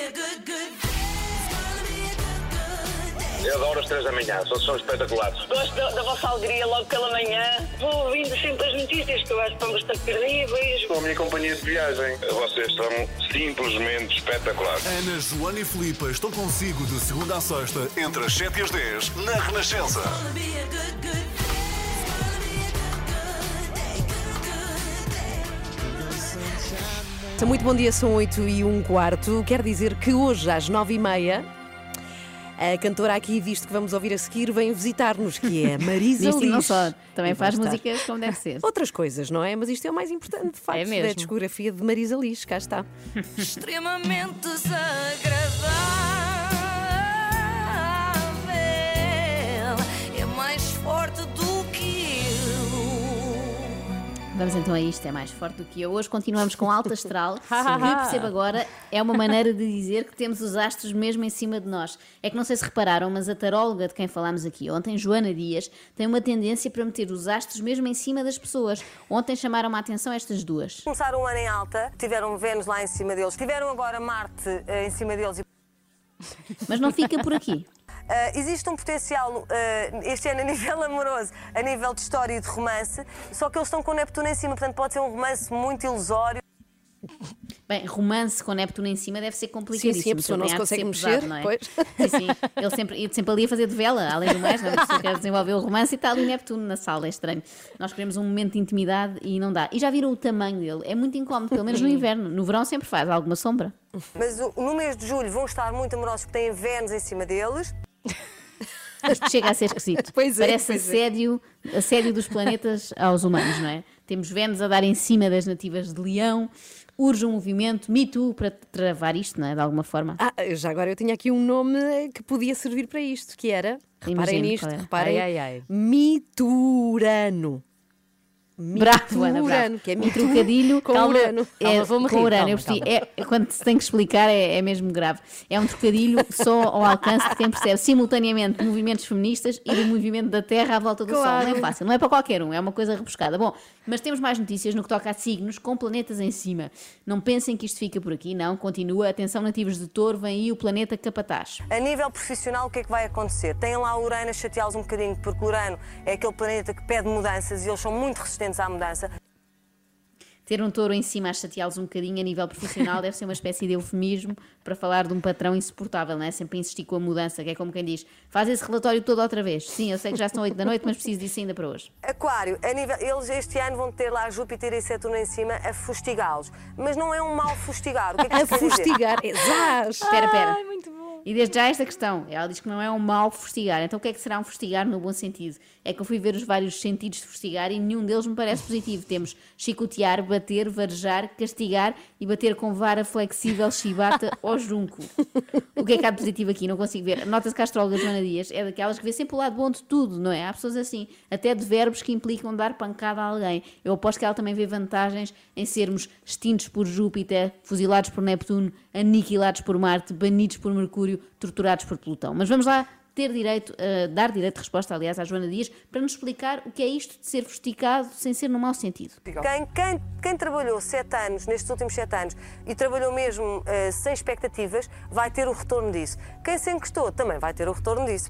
Eu adoro as 3 da manhã, são espetaculares. Gosto da vossa alegria logo pela manhã. Vou ouvindo sempre as notícias que eu acho que estão bastante terríveis. Com a minha companhia de viagem, vocês são simplesmente espetaculares. Ana, Joana e Filipa estão consigo de segunda à sexta, entre as 7 e as 10, na Renascença. Muito bom dia, são 8h15. Quer dizer que hoje, às 9h30, a cantora aqui, visto que vamos ouvir a seguir, vem visitar-nos, que é Marisa Diz-te, não Liz. só, também E vai faz estar. músicas como deve ser. Outras coisas, não é? Mas isto é o mais importante, de facto, É mesmo. da discografia de Marisa Liz. Cá está. Extremamente desagradável. É mais forte do que eu. Vamos então a isto, é mais forte do que eu. Hoje continuamos com alta astral. que eu percebo agora, é uma maneira de dizer que temos os astros mesmo em cima de nós. É que não sei se repararam, mas a taróloga de quem falámos aqui ontem, Joana Dias, tem uma tendência para meter os astros mesmo em cima das pessoas. Ontem chamaram-me a atenção estas duas. Começaram o ano em alta, tiveram Vênus lá em cima deles, tiveram agora Marte em cima deles. Mas não fica por aqui. Existe um potencial este ano a nível amoroso, a nível de história e de romance, só que eles estão com Neptuno em cima, portanto pode ser um romance muito ilusório. Bem, romance com Neptuno em cima deve ser complicadíssimo. Sim, a pessoa não se consegue mexer, não é? pois. Sim. Ele sempre ali a fazer de vela, além do mais, não é? A pessoa quer desenvolver o romance e está ali Neptuno na sala, é estranho. Nós queremos um momento de intimidade e não dá. E já viram o tamanho dele? É muito incómodo, pelo menos no inverno. No verão sempre faz alguma sombra. Mas no mês de julho vão estar muito amorosos porque têm Vênus em cima deles. Isto chega a ser esquisito. Parece assédio dos planetas aos humanos, não é? Temos Vênus a dar em cima das nativas de Leão. Urge um movimento Me Too para travar isto, não é? De alguma forma. Já agora eu tinha aqui um nome que podia servir para isto, que era, reparem nisto, reparem, Miturano. Bravo, Ana, bravo. Que é um trocadilho com Urano. Calma, quando se tem que explicar é mesmo grave. É um trocadilho só ao alcance de quem percebe simultaneamente movimentos feministas e do movimento da Terra à volta do Sol. Não é fácil, não é para qualquer um, é uma coisa rebuscada. Bom, mas temos mais notícias no que toca a signos com planetas em cima. Não pensem que isto fica por aqui, não. Continua. Atenção, nativos de Touro, vem aí o planeta Capataz. A nível profissional, o que é que vai acontecer? Têm lá o Urano a chateá-los um bocadinho, porque o Urano é aquele planeta que pede mudanças e eles são muito resistentes à mudança. Ter um touro em cima a chateá-los um bocadinho a nível profissional deve ser uma espécie de eufemismo para falar de um patrão insuportável, não é? Sempre insistir com a mudança, que é como quem diz, faz esse relatório todo outra vez. Sim, eu sei que já são 8 da noite, mas preciso disso ainda para hoje. Aquário, eles este ano vão ter lá Júpiter e Saturno em cima a fustigá-los. Mas não é um mal fustigar. O que é que a fustigar, exato. Espera. Ai, muito bom. E desde já esta questão, ela diz que não é um mal fustigar. Então o que é que será um fustigar no bom sentido? É que eu fui ver os vários sentidos de fustigar e nenhum deles me parece positivo. Temos chicotear, bater, varejar, castigar e bater com vara flexível, chibata ou junco. O que é que há de positivo aqui? Não consigo ver. Nota-se que a astróloga Joana Dias é daquelas que vê sempre o lado bom de tudo, não é? Há pessoas assim, até de verbos que implicam dar pancada a alguém. Eu aposto que ela também vê vantagens em sermos extintos por Júpiter, fuzilados por Neptuno, aniquilados por Marte, banidos por Mercúrio, torturados por Plutão. Mas vamos lá dar direito de resposta, aliás, à Joana Dias, para nos explicar o que é isto de ser fustigado sem ser no mau sentido. Quem trabalhou 7 anos, nestes últimos 7 anos, e trabalhou mesmo sem expectativas, vai ter o retorno disso. Quem se encostou também vai ter o retorno disso.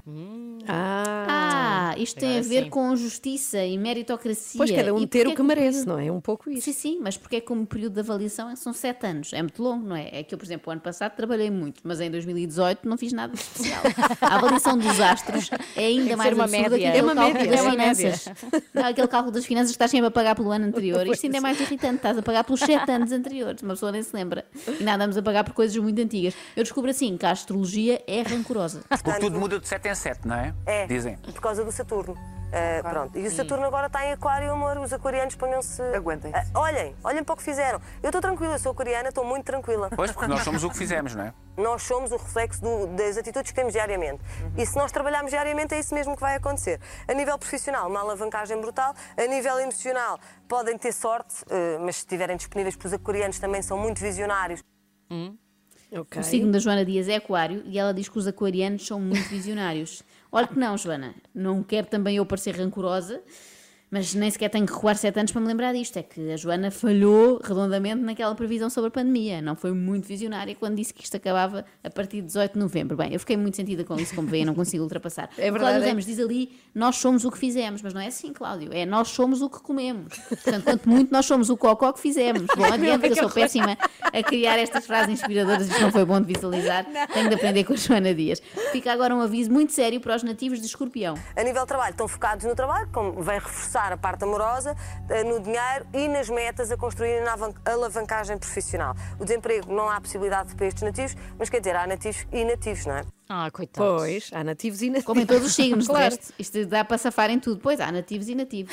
Isto tem a ver com justiça e meritocracia. Pois cada um ter o que merece, não é? Um pouco isso. Sim, mas porque é que como período de avaliação são 7 anos? É muito longo, não é? É que eu, por exemplo, o ano passado trabalhei muito, mas em 2018 não fiz nada de especial. A avaliação dos astros é ainda mais absurda que aquele cálculo das finanças. Não, aquele cálculo das finanças que estás sempre a pagar pelo ano anterior. Isto ainda é mais irritante, estás a pagar pelos 7 anos anteriores. Uma pessoa nem se lembra. E ainda andamos a pagar por coisas muito antigas. Eu descubro assim que a astrologia é rancorosa. Porque tudo muda de 7 em 7, não é? É, dizem. por causa do Saturno. Pronto. E o Saturno agora está em Aquário, amor. Os aquarianos ponham-se... Aguentem-se. Olhem para o que fizeram. Eu estou tranquila, sou aquariana, estou muito tranquila. Pois, porque nós somos o que fizemos, não é? Nós somos o reflexo das atitudes que temos diariamente. E se nós trabalharmos diariamente, é isso mesmo que vai acontecer. A nível profissional, uma alavancagem brutal. A nível emocional, podem ter sorte, mas se estiverem disponíveis para os aquarianos, também são muito visionários. Okay. O signo da Joana Dias é Aquário e ela diz que os aquarianos são muito visionários. Olha que não, Joana, não quero também eu parecer rancorosa, mas nem sequer tenho que recuar 7 anos para me lembrar disto. É que a Joana falhou redondamente naquela previsão sobre a pandemia. Não foi muito visionária quando disse que isto acabava a partir de 18 de novembro. Bem, eu fiquei muito sentida com isso, como veem, não consigo ultrapassar. É verdade. Cláudio Ramos diz ali, nós somos o que fizemos. Mas não é assim, Cláudio. É nós somos o que comemos. Portanto, quanto muito, nós somos o cocó que fizemos. Bom, adiante, eu sou péssima a criar estas frases inspiradoras. Isto não foi bom de visualizar. Tenho de aprender com a Joana Dias. Fica agora um aviso muito sério para os nativos de Escorpião. A nível de trabalho, estão focados no trabalho, como vem reforçar a parte amorosa, no dinheiro e nas metas a construírem na alavancagem profissional. O desemprego não há possibilidade para estes nativos, mas quer dizer, há nativos e nativos, não é? Coitados. Pois, há nativos e nativos. Como em todos os signos, claro. de resto. Isto dá para safar em tudo. Pois, há nativos e nativos.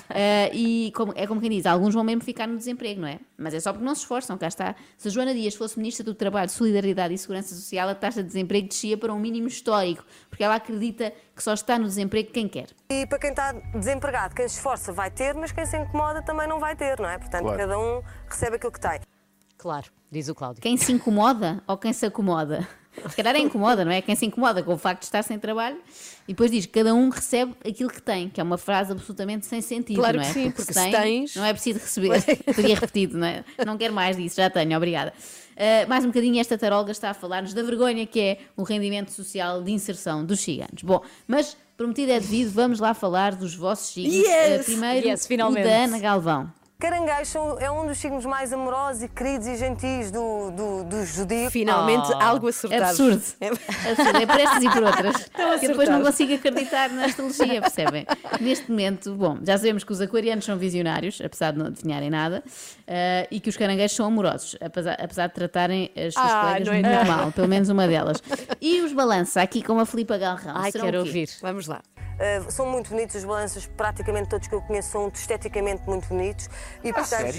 E é como quem diz, alguns vão mesmo ficar no desemprego, não é? Mas é só porque não se esforçam, cá está. Se a Joana Dias fosse Ministra do Trabalho, Solidariedade e Segurança Social, a taxa de desemprego descia para um mínimo histórico, porque ela acredita que só está no desemprego quem quer. E para quem está desempregado, quem se esforça vai ter, mas quem se incomoda também não vai ter, não é? Portanto, claro, cada um recebe aquilo que tem. Claro, diz o Cláudio. Quem se incomoda ou quem se acomoda? Se calhar é incomoda, não é? Quem se incomoda com o facto de estar sem trabalho e depois diz que cada um recebe aquilo que tem, que é uma frase absolutamente sem sentido, claro, não é? Que sim, porque se tens... não é preciso receber. Teria repetido, não é? Não quero mais disso, já tenho, obrigada. Mais um bocadinho esta taróloga está a falar-nos da vergonha que é o rendimento social de inserção dos ciganos. Bom, mas prometido é devido, vamos lá falar dos vossos signos. Yes! Primeiro, finalmente. o da Ana Galvão. Caranguejo é um dos signos mais amorosos e queridos e gentis do zodíaco. Finalmente, algo acertado. Absurdo. Absurdo. É por estas e por outras. Que depois não consigo acreditar na astrologia, percebem? Neste momento, bom, já sabemos que os aquarianos são visionários, apesar de não adivinharem nada, e que os caranguejos são amorosos, apesar de tratarem as suas colegas muito mal, pelo menos uma delas. E os balança, aqui com a Filipa Galrão. Quero ouvir. Vamos lá. São muito bonitos os balanços, praticamente todos que eu conheço são esteticamente muito bonitos e, portanto,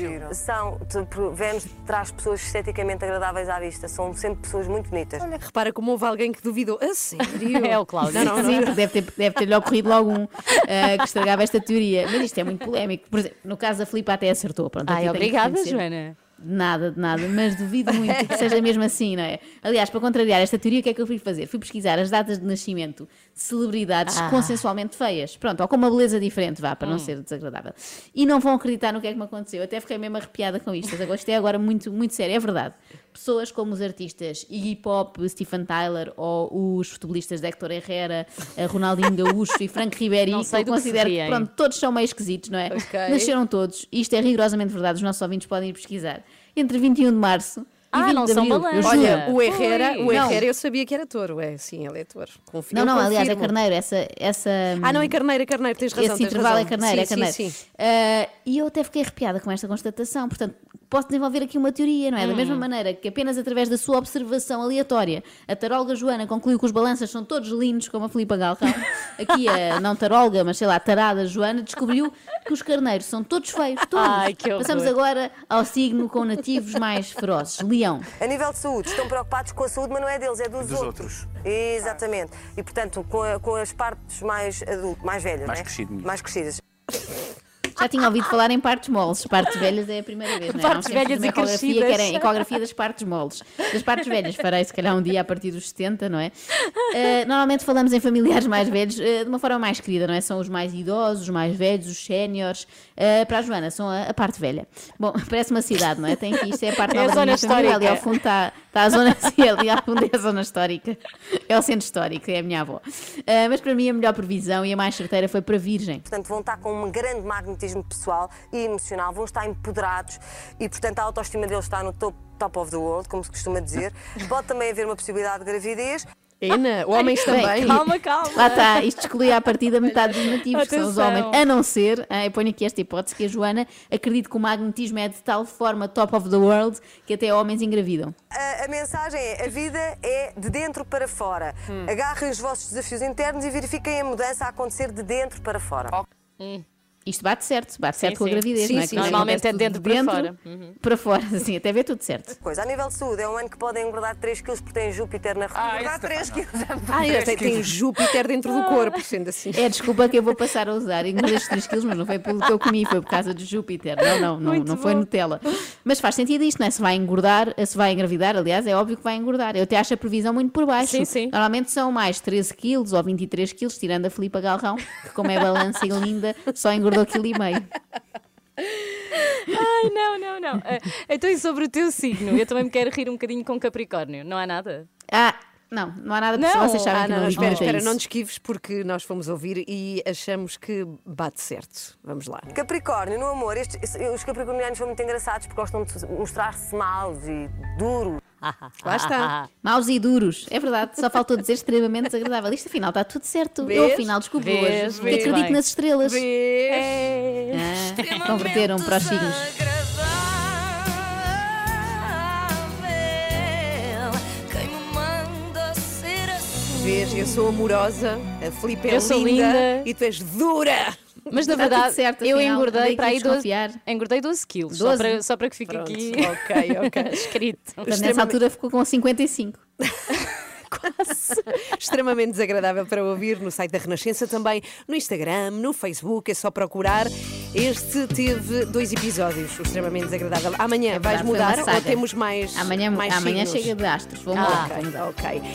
Vênus traz pessoas esteticamente agradáveis à vista, são sempre pessoas muito bonitas. Olha, repara como houve alguém que duvidou. A sério? É o Cláudio. Sim, deve ter-lhe ocorrido logo que estragava esta teoria. Mas isto é muito polémico. Por exemplo, no caso da Filipa até acertou. Pronto, obrigada, Joana. De nada, mas duvido muito que seja mesmo assim, não é? Aliás, para contrariar esta teoria, o que é que eu fui fazer? Fui pesquisar as datas de nascimento de celebridades consensualmente feias. Pronto, ou com uma beleza diferente, para não ser desagradável. E não vão acreditar no que é que me aconteceu. Eu até fiquei mesmo arrepiada com isto. Isto é agora muito, muito sério, é verdade. Pessoas como os artistas Iggy Pop, Stephen Tyler ou os futebolistas de Héctor Herrera, Ronaldinho Gaúcho e Frank Ribéry, que eu considero que, pronto, todos são meio esquisitos, não é? Okay. Nasceram todos, e isto é rigorosamente verdade, os nossos ouvintes podem ir pesquisar, entre 21 de março e 20 não de abril. São balanças. Olha, o Herrera eu sabia que era touro. Sim, ele é touro. Confio, não, aliás, é carneiro. Não, é carneiro, tens razão. Esse intervalo é carneiro, Sim. E eu até fiquei arrepiada com esta constatação. Portanto, posso desenvolver aqui uma teoria, não é? Da mesma maneira que apenas através da sua observação aleatória a taróloga Joana concluiu que os balanças são todos lindos, como a Filipa Galrão, aqui a não taróloga, mas sei lá, tarada Joana, descobriu que os carneiros são todos feios, todos. Passamos agora ao signo com nativos mais ferozes, Leão. A nível de saúde, estão preocupados com a saúde, mas não é deles, é dos outros. Exatamente. E, portanto, com as partes mais velhas, mais crescidas. Já tinha ouvido falar em partes moles. Partes velhas é a primeira vez, não é? Partes velhas e crescidas. Que era ecografia das partes moles. Das partes velhas farei se calhar um dia a partir dos 70, não é? Normalmente falamos em familiares mais velhos de uma forma mais querida, não é? São os mais idosos, os mais velhos, os séniores. Para a Joana, são a parte velha. Bom, parece uma cidade, não é? Tem aqui, isto é a parte nova da minha família. Ali ao fundo está a zona, ali ao fundo é a zona histórica. É o centro histórico, é a minha avó. Mas para mim a melhor previsão e a mais certeira foi para Virgem. Portanto, vão estar com um grande magnetismo pessoal e emocional, vão estar empoderados e, portanto, a autoestima deles está no top of the world, como se costuma dizer. Pode também haver uma possibilidade de gravidez. Homens também. Calma. Lá está, isto exclui à partida metade dos nativos, que são os homens, a não ser, eu ponho aqui esta hipótese, que a Joana acredita que o magnetismo é de tal forma top of the world que até homens engravidam. A mensagem é: a vida é de dentro para fora. Agarrem os vossos desafios internos e verifiquem a mudança a acontecer de dentro para fora. Isto bate certo com a gravidez, não é? Sim, normalmente é de dentro para fora. Para fora, assim, até ver tudo certo. A nível de saúde, é um ano que podem engordar 3 kg porque tem Júpiter na engordar 3 kg. Tem Júpiter dentro do corpo, sendo assim. É desculpa que eu vou passar a usar. Engordei 3 kg, mas não foi pelo que eu comi, foi por causa de Júpiter. Não foi Nutella. Mas faz sentido isto, não é? Se vai engordar, se vai engravidar, aliás, é óbvio que vai engordar. Eu até acho a previsão muito por baixo. Sim. Normalmente são mais 13 kg ou 23 kg, tirando a Filipa Galrão, que como é balança e linda, só engordou 1,5 kg. Ai, não. Então, e sobre o teu signo? Eu também me quero rir um bocadinho com Capricórnio. Não há nada? Não há nada, porque vocês sabem que não espera, não te esquives, porque nós fomos ouvir e achamos que bate certo. Vamos lá. Capricórnio, no amor, os capricornianos são muito engraçados porque gostam de mostrar-se maus e duros. Lá está. Maus e duros. É verdade, só faltou dizer extremamente desagradável. Isto afinal está tudo certo. Eu afinal descobri hoje que acredito nas estrelas. Converteram para os signos. Vês, eu sou amorosa, a Filipe é linda e tu és dura. Mas na verdade, eu engordei para aí 12 quilos. Só para que fique aqui ok. escrito. Nessa altura ficou com 55. Quase. Extremamente desagradável para ouvir no site da Renascença, também no Instagram, no Facebook, é só procurar. Este teve 2 episódios, o extremamente desagradável. Amanhã vais mudar ou temos mais? Amanhã chega de astros. Vamos lá. Ok.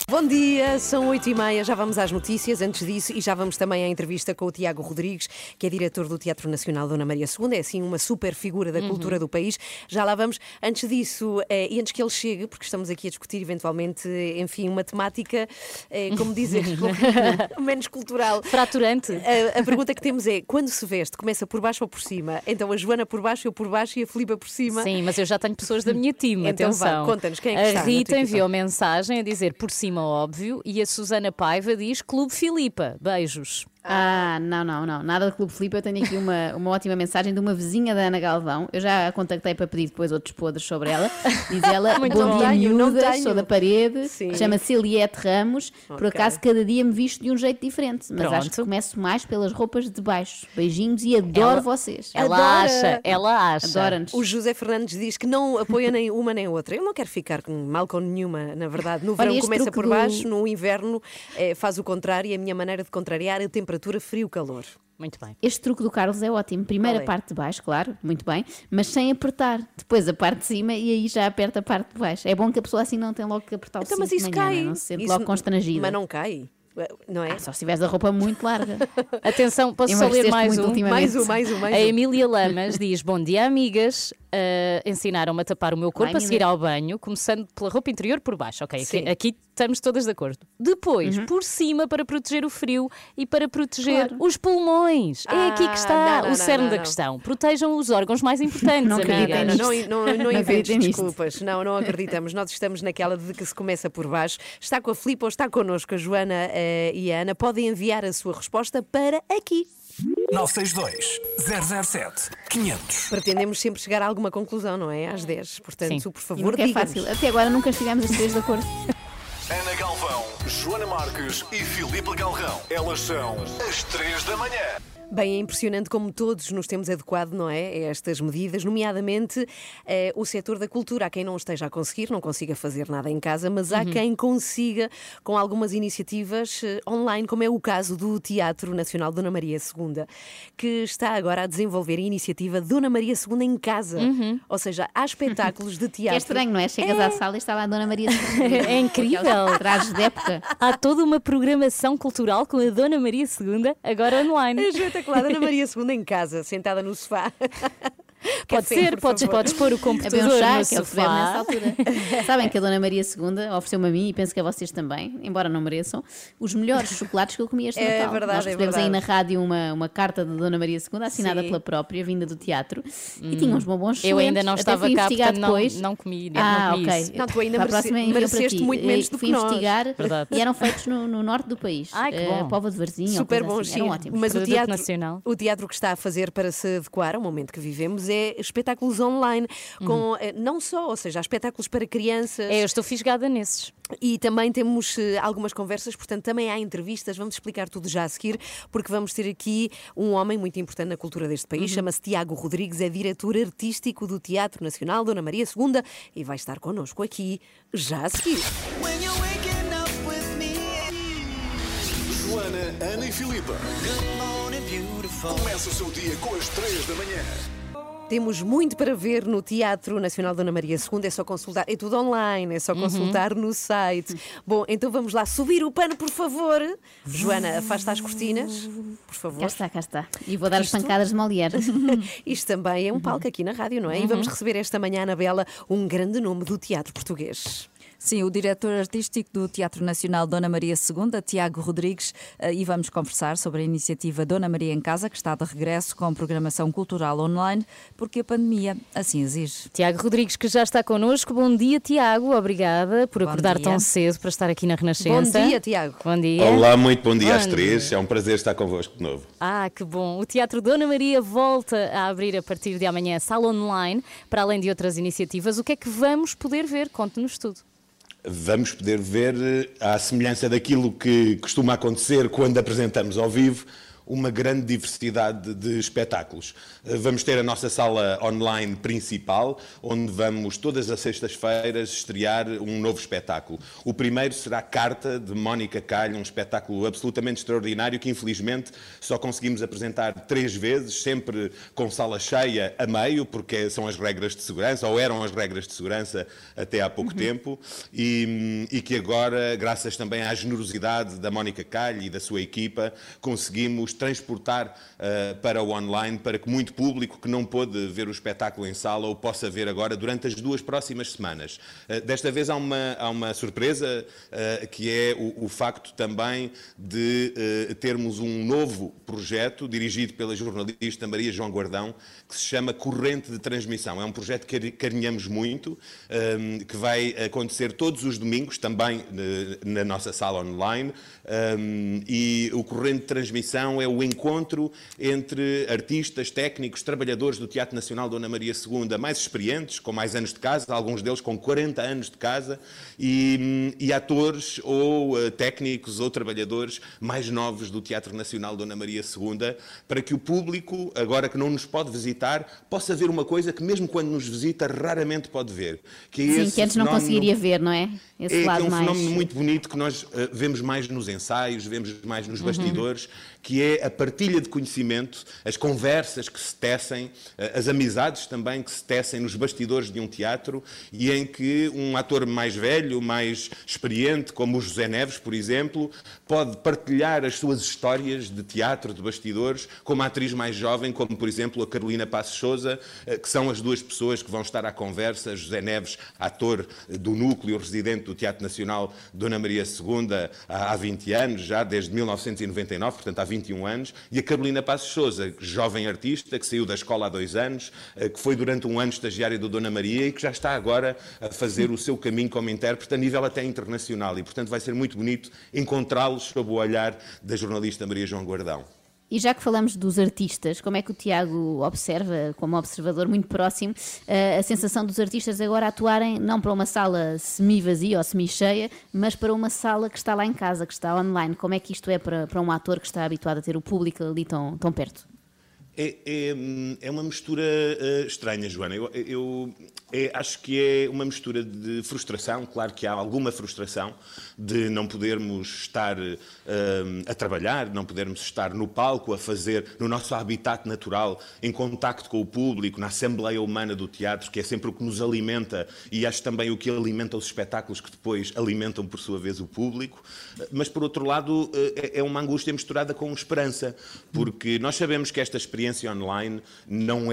Bom dia, são 8h30, já vamos às notícias. Antes disso, e já vamos também à entrevista com o Tiago Rodrigues, que é diretor do Teatro Nacional Dona Maria II, é assim uma super figura da cultura do país. Já lá vamos. Antes disso, e antes que ele chegue, porque estamos aqui a discutir eventualmente, enfim, uma temática, como dizer, menos cultural. Fraturante. A pergunta que temos é, quando se veste, começa por baixo ou por cima? Então a Joana por baixo, eu por baixo e a Filipa por cima. Sim, mas eu já tenho pessoas da minha time, então atenção. Vá, conta-nos, quem é que está? A Rita enviou mensagem a dizer por cima óbvio e a Susana Paiva diz Clube Filipa. Beijos. Não, nada de Clube Filipe. Eu tenho aqui uma ótima mensagem de uma vizinha da Ana Galvão. Eu já a contactei para pedir depois outros podres sobre ela. Diz ela, bom dia miúdas, sou da parede, chama-se Eliette Ramos. Por acaso cada dia me visto de um jeito diferente, mas acho que começo mais pelas roupas de baixo. Beijinhos e adoro vocês. Ela acha. Adora-nos. O José Fernandes diz que não apoia nem uma nem outra. Eu não quero ficar mal com nenhuma, na verdade. No verão começa por baixo, no inverno faz o contrário, e a minha maneira de contrariar a temperatura frio-calor. Muito bem. Este truque do Carlos é ótimo. Primeiro a parte de baixo, claro, muito bem, mas sem apertar. Depois a parte de cima e aí já aperta a parte de baixo. É bom que a pessoa assim não tem logo que apertar o cinto mas isso de manhã, cai. Não se sente Isso logo constrangida. Mas não cai. Não é? Só se tiveres a roupa muito larga. Atenção, posso só ler mais um? Mais um. A Emília Lamas diz, bom dia amigas, ensinaram-me a tapar o meu corpo a seguir ao banho, começando pela roupa interior por baixo. Ok, aqui estamos todas de acordo. Depois, por cima para proteger o frio e para proteger os pulmões. É aqui que está o cerne da questão. Protejam os órgãos mais importantes, amigas. Não inventes desculpas. Não acreditamos. Nós estamos naquela de que se começa por baixo. Está com a Filipa ou está connosco a Joana e a Ana? Podem enviar a sua resposta para aqui. 962-007-500. Pretendemos sempre chegar a alguma conclusão, não é? Às 10. Portanto, por favor, é fácil. Até agora nunca estivemos as três de acordo. Ana Galvão, Joana Marques e Filipe Galrão. Elas são as 3 da manhã. Bem, é impressionante como todos nos temos adequado, não é? A estas medidas, nomeadamente o setor da cultura. Há quem não esteja a conseguir, não consiga fazer nada em casa, mas há quem consiga com algumas iniciativas online, como é o caso do Teatro Nacional Dona Maria II, que está agora a desenvolver a iniciativa Dona Maria II em casa. Ou seja, há espetáculos de teatro. É estranho, não é? Chegas à sala e está lá a Dona Maria II. É incrível. Trajes de época. Há toda uma programação cultural com a Dona Maria II, agora online. Espetacular, Dona Maria II em casa, sentada no sofá. Pode ser, podes pôr o computador no sofá. Nessa altura. Sabem que a Dona Maria II ofereceu-me a mim, e penso que a vocês também, embora não mereçam, os melhores chocolates que eu comi este Natal. Verdade, nós recebemos aí na rádio uma carta de Dona Maria II, assinada pela própria, vinda do teatro, e tinha uns bombons excelentes. Eu ainda não estava cá, portanto depois. não comi. Ok. Não, tu ainda mereceste muito menos do que nós. Fui investigar e eram feitos no norte do país. Ai, que bom. Póvoa de Varzim. Super bom, assim. Eram ótimos. Mas o teatro que está a fazer para se adequar ao momento que vivemos é espetáculos online, com não só, ou seja, há espetáculos para crianças. Eu estou fisgada nesses. E também temos algumas conversas, portanto também há entrevistas, vamos explicar tudo já a seguir, porque vamos ter aqui um homem muito importante na cultura deste país, chama-se Tiago Rodrigues, é diretor artístico do Teatro Nacional Dona Maria II e vai estar connosco aqui já a seguir. Joana, Ana e Filipa. Começa o seu dia com as 3 da manhã. Temos muito para ver no Teatro Nacional Dona Maria II, é só consultar, é tudo online, é só consultar no site. Bom, então vamos lá subir o pano, por favor. Joana, afasta as cortinas, por favor. Cá está. E vou dar as pancadas de Molière. Isto também é um palco aqui na rádio, não é? E vamos receber esta manhã, Anabela, um grande nome do teatro português. Sim, o diretor artístico do Teatro Nacional Dona Maria II, Tiago Rodrigues, e vamos conversar sobre a iniciativa Dona Maria em Casa, que está de regresso com programação cultural online, porque a pandemia assim exige. Tiago Rodrigues, que já está connosco. Bom dia, Tiago. Obrigada por acordar tão cedo para estar aqui na Renascença. Bom dia, Tiago. Bom dia. Olá, muito bom dia às três. É um prazer estar convosco de novo. Que bom. O Teatro Dona Maria volta a abrir a partir de amanhã a sala online, para além de outras iniciativas. O que é que vamos poder ver? Conte-nos tudo. Vamos poder ver, à semelhança daquilo que costuma acontecer quando apresentamos ao vivo, uma grande diversidade de espetáculos. Vamos ter a nossa sala online principal, onde vamos todas as sextas-feiras estrear um novo espetáculo. O primeiro será Carta, de Mónica Calho, um espetáculo absolutamente extraordinário que infelizmente só conseguimos apresentar 3 vezes, sempre com sala cheia a meio, porque são as regras de segurança, ou eram as regras de segurança até há pouco tempo, e que agora, graças também à generosidade da Mónica Calho e da sua equipa, conseguimos transportar para o online, para que muito público que não pôde ver o espetáculo em sala o possa ver agora durante as 2 próximas semanas. Desta vez há uma surpresa, que é o facto também de termos um novo projeto dirigido pela jornalista Maria João Guardão, que se chama Corrente de Transmissão. É um projeto que carinhamos muito, que vai acontecer todos os domingos, também na nossa sala online, e o Corrente de Transmissão é o encontro entre artistas, técnicos, trabalhadores do Teatro Nacional Dona Maria II, mais experientes, com mais anos de casa, alguns deles com 40 anos de casa, e atores ou técnicos ou trabalhadores mais novos do Teatro Nacional Dona Maria II, para que o público, agora que não nos pode visitar, possa ver uma coisa que mesmo quando nos visita raramente pode ver. Que é Sim, que antes não conseguiria ver, não é? Esse lado que é um mais... fenómeno muito bonito que nós vemos mais nos ensaios, vemos mais nos bastidores, que é a partilha de conhecimento, as conversas que se tecem, as amizades também que se tecem nos bastidores de um teatro, e em que um ator mais velho, mais experiente, como o José Neves, por exemplo, pode partilhar as suas histórias de teatro, de bastidores, com uma atriz mais jovem, como por exemplo a Carolina Passos Sousa, que são as 2 pessoas que vão estar à conversa. José Neves, ator do núcleo residente do Teatro Nacional Dona Maria II há 20 anos, já desde 1999, portanto há 21 anos, e a Carolina Passos Sousa, jovem artista, que saiu da escola há 2 anos, que foi durante um ano estagiária do Dona Maria e que já está agora a fazer o seu caminho como intérprete a nível até internacional, e portanto vai ser muito bonito encontrá-los sob o olhar da jornalista Maria João Guardão. E já que falamos dos artistas, como é que o Tiago observa, como observador muito próximo, a sensação dos artistas agora atuarem não para uma sala semi-vazia ou semi-cheia, mas para uma sala que está lá em casa, que está online? Como é que isto é para um ator que está habituado a ter o público ali tão perto? É uma mistura estranha, Joana. Eu acho que é uma mistura de frustração. Claro que há alguma frustração de não podermos estar a trabalhar, não podermos estar no palco a fazer, no nosso habitat natural, em contacto com o público, na assembleia humana do teatro, que é sempre o que nos alimenta e acho também o que alimenta os espetáculos que depois alimentam, por sua vez, o público. Mas, por outro lado, é uma angústia misturada com esperança, porque nós sabemos que esta experiência online não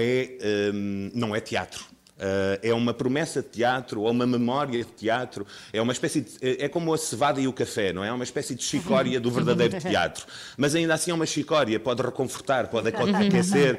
é teatro. É uma promessa de teatro, ou uma memória de teatro, é uma espécie de, é como a cevada e o café, não é? É uma espécie de chicória do verdadeiro teatro. Mas ainda assim é uma chicória, pode reconfortar, pode aquecer,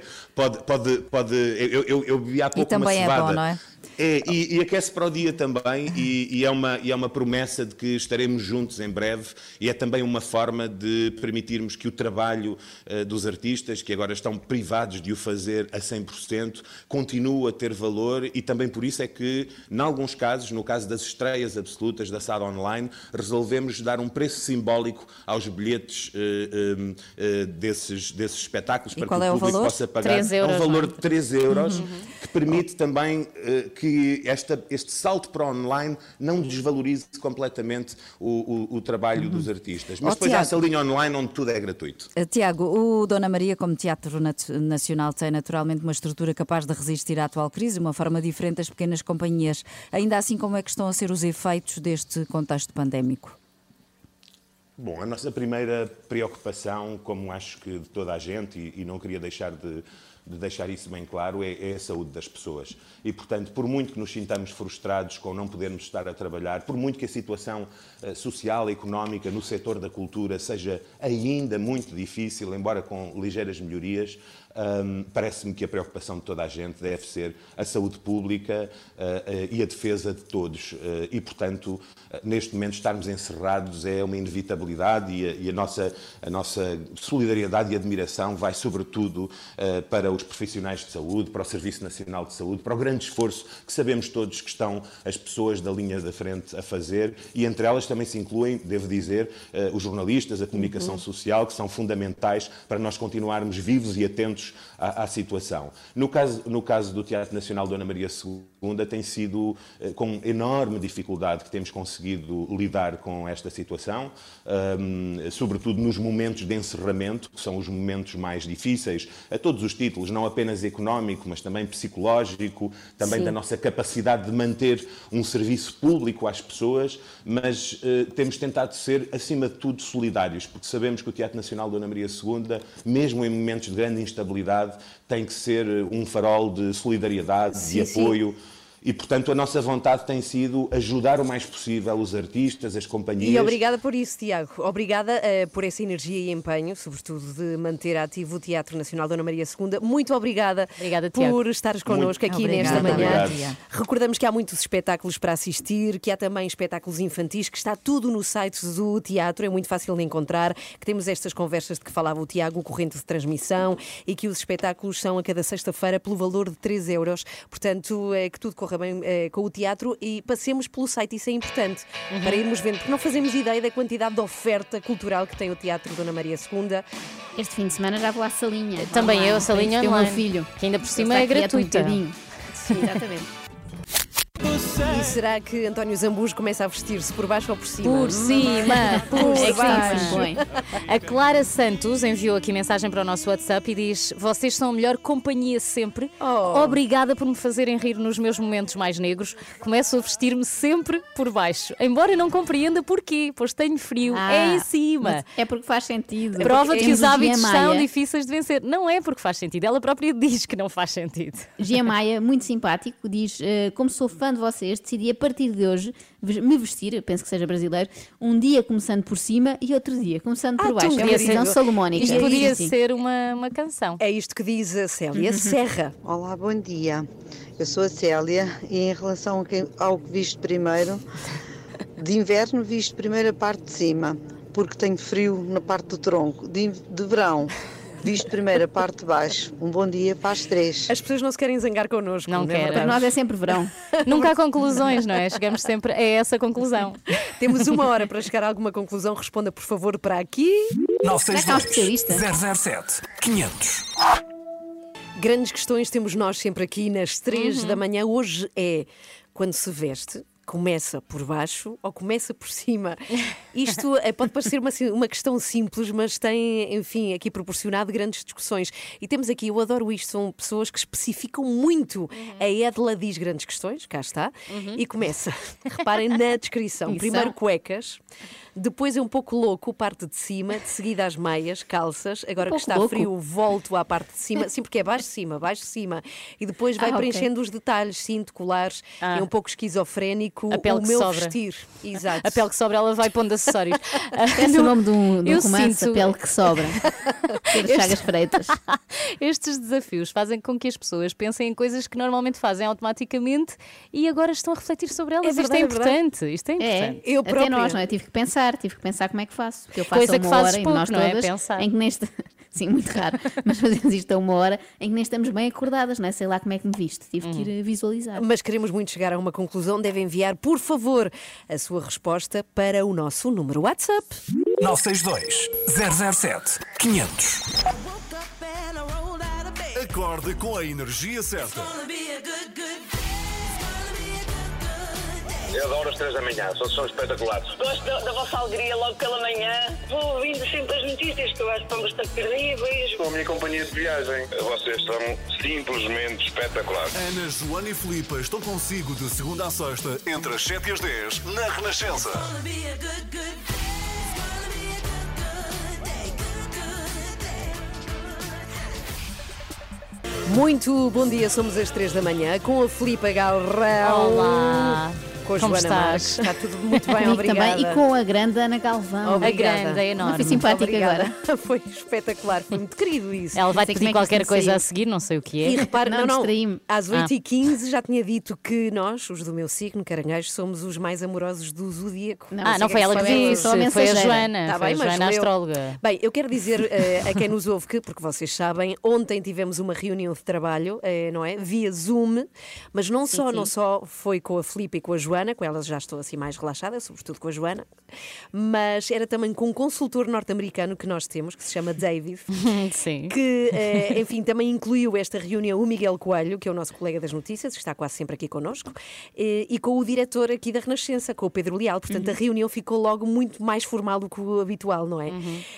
eu bebi há pouco uma cevada. E também é bom, não é? E aquece para o dia também, e é uma promessa de que estaremos juntos em breve, e é também uma forma de permitirmos que o trabalho dos artistas, que agora estão privados de o fazer a 100%, continue a ter valor, e também por isso é que, em alguns casos, no caso das estreias absolutas da sala online, resolvemos dar um preço simbólico aos bilhetes desses espetáculos, para que o público possa pagar. 3 euros, é um valor de 3 euros, que permite também que este salto para online não desvalorize completamente o trabalho dos artistas. Mas depois há essa linha online onde tudo é gratuito. Tiago, o Dona Maria, como Teatro Nacional, tem naturalmente uma estrutura capaz de resistir à atual crise, uma forma diferente das pequenas companhias. Ainda assim, como é que estão a ser os efeitos deste contexto pandémico? Bom, a nossa primeira preocupação, como acho que de toda a gente, e não queria deixar de deixar isso bem claro, é a saúde das pessoas. E, portanto, por muito que nos sintamos frustrados com não podermos estar a trabalhar, por muito que a situação social e económica no setor da cultura seja ainda muito difícil, embora com ligeiras melhorias, parece-me que a preocupação de toda a gente deve ser a saúde pública e a defesa de todos. E, portanto, neste momento estarmos encerrados é uma inevitabilidade, e a nossa solidariedade e admiração vai, sobretudo, para os profissionais de saúde, para o Serviço Nacional de Saúde, para o grande esforço que sabemos todos que estão as pessoas da linha da frente a fazer, e entre elas também se incluem, devo dizer, os jornalistas, a comunicação social, que são fundamentais para nós continuarmos vivos e atentos à situação. No caso do Teatro Nacional Dona Maria II, tem sido com enorme dificuldade que temos conseguido lidar com esta situação, sobretudo nos momentos de encerramento, que são os momentos mais difíceis, a todos os títulos, não apenas económico, mas também psicológico, também da nossa capacidade de manter um serviço público às pessoas, mas temos tentado ser, acima de tudo, solidários, porque sabemos que o Teatro Nacional Dona Maria II, mesmo em momentos de grande instabilidade, tem que ser um farol de solidariedade, de apoio. E, portanto, a nossa vontade tem sido ajudar o mais possível os artistas, as companhias. E obrigada por isso, Tiago. Obrigada por essa energia e empenho, sobretudo de manter ativo o Teatro Nacional Dona Maria II. Muito obrigada por estares connosco aqui nesta manhã. Obrigado. Recordamos que há muitos espetáculos para assistir, que há também espetáculos infantis, que está tudo no site do teatro, é muito fácil de encontrar, que temos estas conversas de que falava o Tiago, corrente de transmissão, e que os espetáculos são a cada sexta-feira pelo valor de 3 euros. Portanto, que tudo corra bem com o teatro e passemos pelo site, isso é importante, para irmos vendo, porque não fazemos ideia da quantidade de oferta cultural que tem o Teatro Dona Maria II. Este fim de semana já vou à salinha. Também eu, a salinha online. O meu filho, que ainda por cima é gratuita. Sim, exatamente. E será que António Zambujo começa a vestir-se por baixo ou por cima? Por cima, por baixo. Sim, a Clara Santos enviou aqui mensagem para o nosso WhatsApp e diz: vocês são a melhor companhia sempre. Obrigada por me fazerem rir nos meus momentos mais negros. Começo a vestir-me sempre por baixo. Embora não compreenda porquê, pois tenho frio. É em cima. É porque faz sentido. Prova de que os hábitos são difíceis de vencer. Não é porque faz sentido. Ela própria diz que não faz sentido. Gia Maia, muito simpático, diz: como sou fã de vocês, decidi a partir de hoje me vestir, eu penso que seja brasileiro, um dia começando por cima e outro dia começando por baixo. É uma visão salomónica. Isto podia ser uma canção. É isto que diz a Célia Serra. Olá, bom dia. Eu sou a Célia e em relação ao que visto primeiro, de inverno visto primeiro a parte de cima, porque tenho frio na parte do tronco. De verão visto primeiro a parte de baixo. Um bom dia para as 3. As pessoas não se querem zangar connosco. Não querem. Para nós é sempre verão. Nunca há conclusões, não é? Chegamos sempre a essa conclusão. Temos 1 hora para chegar a alguma conclusão. Responda, por favor, para aqui. 962-007-500. Grandes questões temos nós sempre aqui nas 3 da manhã. Hoje é quando se veste. Começa por baixo ou começa por cima? Isto pode parecer uma questão simples, mas tem, enfim, aqui proporcionado grandes discussões. E temos aqui, eu adoro isto, são pessoas que especificam muito. A Edla diz grandes questões, cá está, e começa. Reparem na descrição. Primeiro cuecas, depois é um pouco louco, parte de cima, de seguida as meias, calças. Agora que está frio, volto à parte de cima. Sim, porque é baixo, cima. E depois vai preenchendo os detalhes, cinto, colares. É um pouco esquizofrénico. A pele que sobra. Vestir. Exato. A pele que sobra, ela vai pondo acessórios. Esse é o nome de um romance, A Pele que Sobra. Pedro Chagas Freitas. Estes desafios fazem com que as pessoas pensem em coisas que normalmente fazem automaticamente e agora estão a refletir sobre elas. Isto é importante. Isto é importante. Eu própria. Até nós, não é? Tive que pensar como é que faço. Eu faço coisa que fazes pouco, nós não todas, é? Pensar. Em que neste... Sim, muito raro. Mas fazemos isto a 1 hora em que nem estamos bem acordadas, não é? Sei lá como é que me viste. Tive que ir visualizar. Mas queremos muito chegar a uma conclusão. Deve enviar, por favor, a sua resposta para o nosso número WhatsApp. 962-007-500. Acorde com a energia certa. Eu adoro as 3 da manhã, são espetaculares. Gosto da vossa alegria logo pela manhã. Vou ouvindo sempre as notícias que eu acho que estão bastante terríveis. Sou a minha companhia de viagem. Vocês são simplesmente espetaculares. Ana, Joana e Filipe estão consigo de segunda a sexta, entre as 7 e as 10, na Renascença. Muito bom dia, somos às 3 da manhã com a Filipe Galrão. Olá. Com com a Como Joana Marques. Está tudo muito bem, Comigo obrigada. também. E com a grande Ana Galvão. Obrigada. A grande, é enorme. Não fui simpática Obrigada. agora. Foi espetacular, foi muito querido isso. Ela vai Não sei pedir como é que qualquer isto coisa saiu. a seguir, não sei o que é. E repare, Não, não, distraí-me. às 8h15 já tinha dito que nós, os do meu signo, Caranguejo, somos os mais amorosos do Zodíaco. Não foi ela que disse, sou a foi a mensageira. Joana, Tá foi bem, a mas Joana, a leu. astróloga. Bem, eu quero dizer a quem nos ouve que, porque vocês sabem, ontem tivemos uma reunião de trabalho, não é? Via Zoom, mas não só foi com a Filipe e com a Joana, com elas já estou assim mais relaxada, sobretudo com a Joana, mas era também com um consultor norte-americano que nós temos, que se chama David, Sim. que, enfim, também incluiu esta reunião o Miguel Coelho, que é o nosso colega das notícias, que está quase sempre aqui connosco, e com o diretor aqui da Renascença, com o Pedro Leal. Portanto, a reunião ficou logo muito mais formal do que o habitual, não é?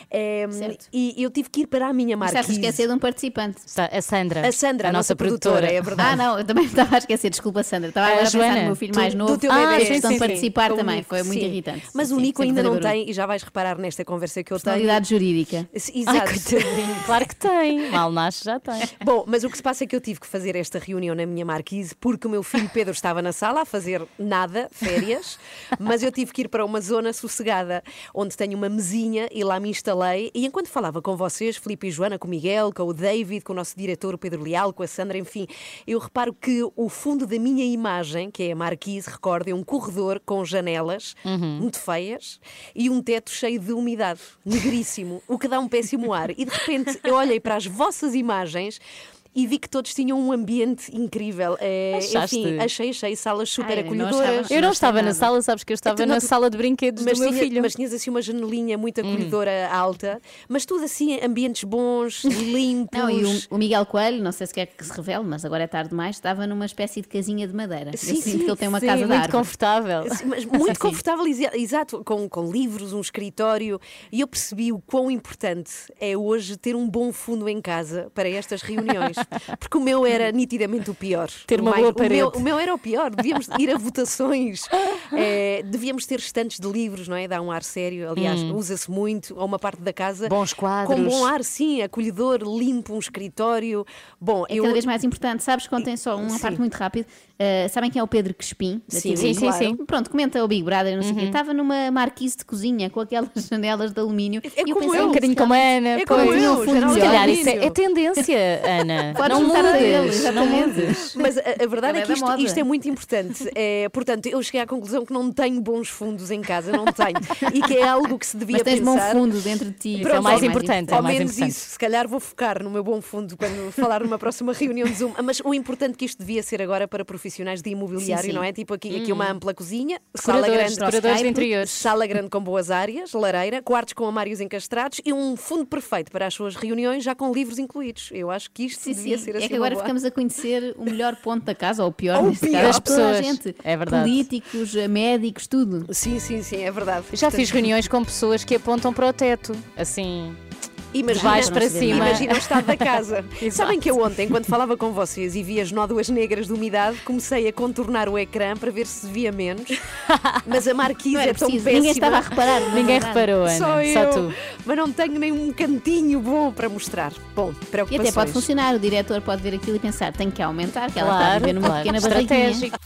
E eu tive que ir para a minha Estás a marquise. esquecer de um participante. A Sandra. A Sandra, a nossa produtora, é verdade. Não, eu também me estava a esquecer, desculpa, Sandra. Estava agora a pensar Joana, no meu filho mais novo. do teu bebê. A questão de Sim, participar sim. também, Com o foi Nico, muito sim. irritante. Mas Sim, o Nico sempre ainda fazer não barulho. tem, e já vais reparar nesta conversa que eu tenho. Personalidade jurídica. Exato. Coitadinho, claro que tem. Mal nasce, já tem. Bom, mas o que se passa é que eu tive que fazer esta reunião na minha marquise porque o meu filho Pedro estava na sala a fazer nada, férias, mas eu tive que ir para uma zona sossegada onde tenho uma mesinha e lá me instalei. E enquanto falava com vocês, Filipe e Joana, com o Miguel, com o David, com o nosso diretor, o Pedro Leal, com a Sandra, enfim, eu reparo que o fundo da minha imagem, que é a marquise, recordem, um corredor com janelas muito feias e um teto cheio de umidade, negríssimo, o que dá um péssimo ar. E de repente eu olhei para as vossas imagens e vi que todos tinham um ambiente incrível. Achaste? Enfim, achei salas super Ai, não acolhedoras. Eu não estava na nada. sala, sabes que eu estava Então, na não, sala de brinquedos do meu filho. Mas tinhas assim uma janelinha muito acolhedora alta, mas tudo assim, ambientes bons, limpos. Não, e o Miguel Coelho, não sei se quer que se revele, mas agora é tarde demais, estava numa espécie de casinha de madeira. Sim, Eu sinto sim, que ele tem uma Sim, casa de muito árvore. confortável. Mas muito confortável, exato, com livros, um escritório. E eu percebi o quão importante é hoje ter um bom fundo em casa para estas reuniões. Porque o meu era nitidamente o pior. Ter uma boa parede. O meu era o pior. Devíamos ir a votações. Devíamos ter estantes de livros, não é? Dá um ar sério. Aliás, usa-se muito. Ou uma parte da casa. Bons quadros. Com bom ar, sim. Acolhedor, limpo, um escritório. Bom, É cada vez mais importante. Sabes, contem só uma Sim. parte muito rápida. Sabem quem é o Pedro Crespim? Da Sim, TV? sim, claro. sim. Pronto, comenta o Big Brother, não sei o quê. Estava numa marquise de cozinha com aquelas janelas de alumínio. É E eu como pensei, eu. Um bocadinho como a Ana. É como pois. eu, fundo janela Se de calhar isso alumínio. é tendência, Ana. Podes Não juntar a mudes. eles, Não exatamente. mudes. Mas a verdade Ela é é que da moda. isto é muito importante. Portanto, eu cheguei à conclusão que não tenho bons fundos em casa, não tenho. E que é algo que se devia Mas tens bom pensar. fundo dentro de ti. Isso é o mais importante. Ao mais menos importante. isso, se calhar vou focar no meu bom fundo quando falar numa próxima reunião de Zoom. Mas o importante que isto devia ser agora para profissionais de imobiliário, Sim, sim. não é? Tipo aqui uma ampla cozinha, sala grande, Decoradores de interiores. sala grande com boas áreas, lareira, quartos com armários encastrados e um fundo perfeito para as suas reuniões, já com livros incluídos. Eu acho que isto Sim, devia sim. ser assim. É que agora uma boa. ficamos a conhecer o melhor ponto da casa, ou o pior, Ou o neste pior. caso, Das de toda a pessoas. gente. É verdade. Políticos, médicos, tudo. Sim, é verdade. Já fiz reuniões com pessoas que apontam para o teto, assim. Imagina, Vais para cima. Imagina o estado da casa. Exato. Sabem que eu ontem, quando falava com vocês e vi as nódoas negras de umidade, comecei a contornar o ecrã para ver se via menos. Mas a marquise Não era é tão preciso, péssima. ninguém estava a reparar. não é Ninguém verdade? reparou, Ana. Só eu. Só tu. Mas não tenho nem um cantinho bom para mostrar. Bom, E preocupações. até pode funcionar, o diretor pode ver aquilo e pensar, tem que aumentar, que ela está a Claro, viver numa claro. pequena barriguinha. Estratégico.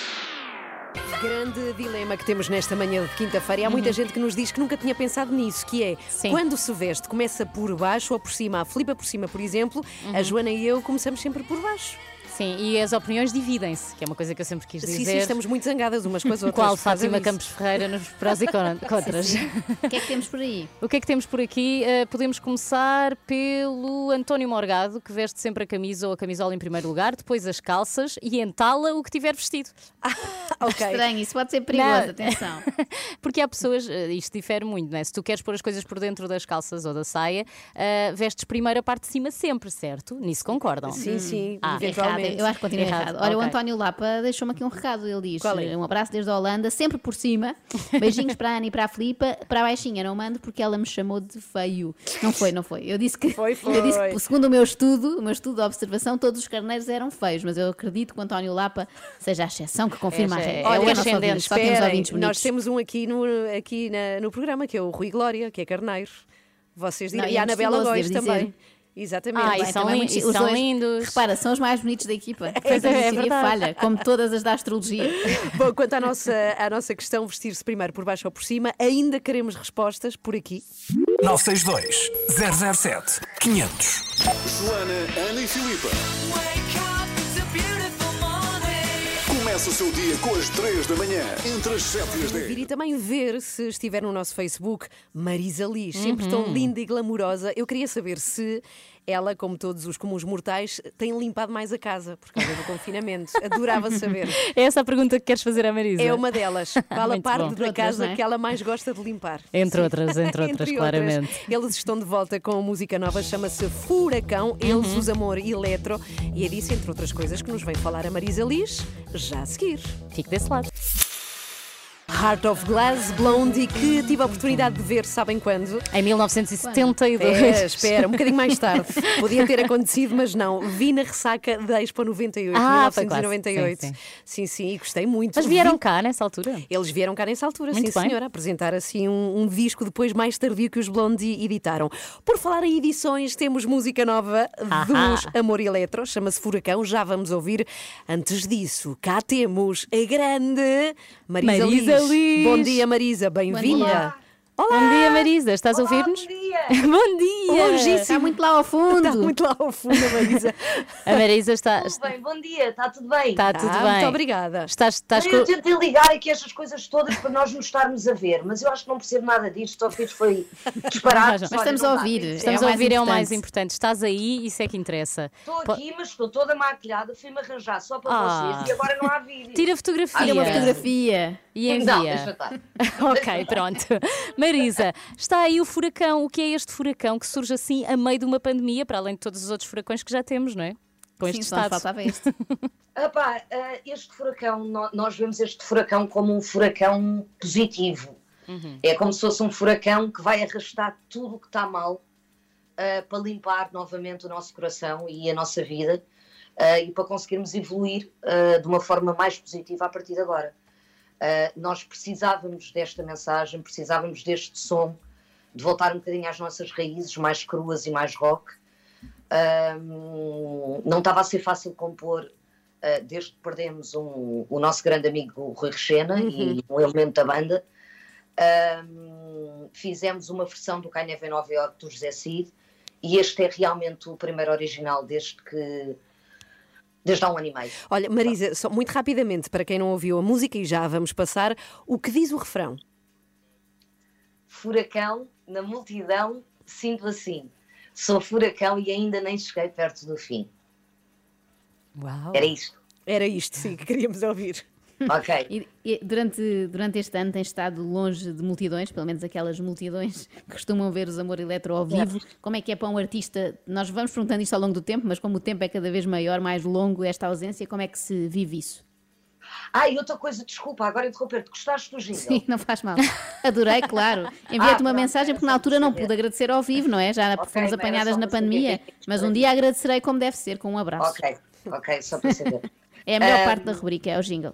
Grande dilema que temos nesta manhã de quinta-feira. E há muita gente que nos diz que nunca tinha pensado nisso, que é Sim. quando se veste, começa por baixo ou por cima. A Filipa por cima, por exemplo, a Joana e eu começamos sempre por baixo. Sim, e as opiniões dividem-se, que é uma coisa que eu sempre quis dizer. Sim, estamos muito zangadas umas com as outras. Qual por causa Fátima disso. Campos Ferreira nos prós e contras. O que é que temos por aí? O que é que temos por aqui? Podemos começar pelo António Morgado, que veste sempre a camisa ou a camisola em primeiro lugar, depois as calças e entala o que tiver vestido. Ok. Estranho, isso pode ser perigoso, Não. atenção. Porque há pessoas, isto difere muito, não é? Se tu queres pôr as coisas por dentro das calças ou da saia, vestes primeiro a parte de cima sempre, certo? Nisso concordam? Sim, Errado, eventualmente. eu acho que continua errado. Olha, o ok. António Lapa deixou-me aqui um recado. Ele diz: Qual é? um abraço desde a Holanda, sempre por cima. Beijinhos para a Ana e para a Filipa. Para a baixinha não mando porque ela me chamou de feio. Não foi. Eu disse que, Foi. Eu disse que segundo o meu estudo de observação, todos os carneiros eram feios, mas eu acredito que o António Lapa seja a exceção que confirma a regra. é o Olha, nós ascendente. ouvimos, só temos Esperem, ouvintes bonitos. nós temos um aqui no programa, que é o Rui Glória, que é carneiro. Vocês dirão. Não, E a é muito Anabela estiloso, Góis devo também. dizer. Exatamente. Bem, são também lindos, são lindos. Repara, são os mais bonitos da equipa. Pois é, Essa verdade. falha, como todas as da astrologia. Bom, quanto à nossa questão, vestir-se primeiro por baixo ou por cima, ainda queremos respostas por aqui. 962 007 500. Joana, Ana e Filipa. Começa o seu dia com as 3 da manhã, entre as 7 e as 10. Vir e também ver, se estiver no nosso Facebook, Marisa Liz, sempre tão linda e glamurosa. Eu queria saber se ela, como todos os comuns mortais, tem limpado mais a casa por causa do confinamento. Adorava saber. É essa a pergunta que queres fazer à Marisa? É uma delas. Qual a Muito parte bom. da casa não é? que ela mais gosta de limpar? Entre outras, Entre claramente. Eles estão de volta com música nova, chama-se Furacão, eles, os Amor Eletro, e é disso, entre outras coisas, que nos vem falar a Marisa Liz, já a seguir. Fique desse lado. Heart of Glass, Blondie, que tive a oportunidade de ver, sabem quando? Em 1972. Espera, um bocadinho mais tarde. Podia ter acontecido, mas não. Vi na ressaca da Expo 98, foi 1998. quase. Sim, e gostei muito. Mas vieram cá nessa altura? Eles vieram cá nessa altura, Muito sim bem. senhora, apresentar assim um disco depois mais tardio que os Blondie editaram. Por falar em edições, temos música nova dos Amor Eletro, chama-se Furacão, já vamos ouvir. Antes disso, cá temos a grande Marisa Liz. Bom dia, Marisa, bem-vinda. Olá! Bom dia, Marisa, estás a ouvir-nos? Bom dia! Bom dia! Longíssimo. Está muito lá ao fundo. Está muito lá ao fundo, a Marisa. A Marisa está. Tudo bem, bom dia, está tudo bem? Está tudo bem. Muito obrigada. Estás Eu tentei ligar aqui estas coisas todas para nós nos estarmos a ver, mas eu acho que não percebo nada disto, só fiz foi disparado. Mas estamos a ouvir. Estamos a ouvir, é o mais importante. Estás aí, isso é que interessa. Estou aqui, mas estou toda maquilhada, fui-me arranjar só para vocês e agora não há vídeo. Tira fotografia. Tira uma fotografia. E envia. Não, deixa estar. Ok, pronto. Marisa, está aí o furacão. O que é este furacão que surge assim a meio de uma pandemia, para além de todos os outros furacões que já temos, não é? Com este Sim, só nos estado. faltava este. Epá, este furacão, nós vemos este furacão como um furacão positivo. É como se fosse um furacão que vai arrastar tudo o que está mal para limpar novamente o nosso coração e a nossa vida e para conseguirmos evoluir de uma forma mais positiva a partir de agora. Nós precisávamos desta mensagem, precisávamos deste som, de voltar um bocadinho às nossas raízes mais cruas e mais rock. Não estava a ser fácil compor desde que perdemos o nosso grande amigo o Rui Rexena e um elemento da banda. Fizemos uma versão do Kanye em Nova York do José Cid e este é realmente o primeiro original desde há um ano e meio. Olha, Marisa, só muito rapidamente, para quem não ouviu a música, e já vamos passar, o que diz o refrão? Furacão, na multidão, sinto assim. Sou furacão e ainda nem cheguei perto do fim. Uau! Era isto. Era isto, sim, que queríamos ouvir. Ok. E durante este ano tens estado longe de multidões, pelo menos aquelas multidões que costumam ver os Amor Eletro ao vivo. Como é que é para um artista? Nós vamos perguntando isto ao longo do tempo, mas como o tempo é cada vez maior, mais longo, esta ausência, como é que se vive isso? E outra coisa, desculpa, agora interromper-te, gostaste do jingle? Sim, não faz mal. Adorei, claro. Enviei-te uma mensagem porque na altura não pude agradecer ao vivo, não é? Já fomos apanhadas na pandemia, mas um dia agradecerei como deve ser, com um abraço. Ok, só para saber. É a melhor parte da rubrica, é o jingle.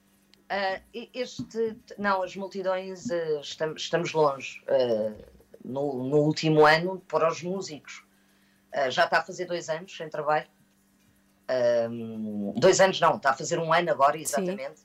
Não, as multidões, estamos longe. No último ano, para os músicos, já está a fazer 2 anos sem trabalho. 2 anos não, está a fazer 1 ano agora, exatamente.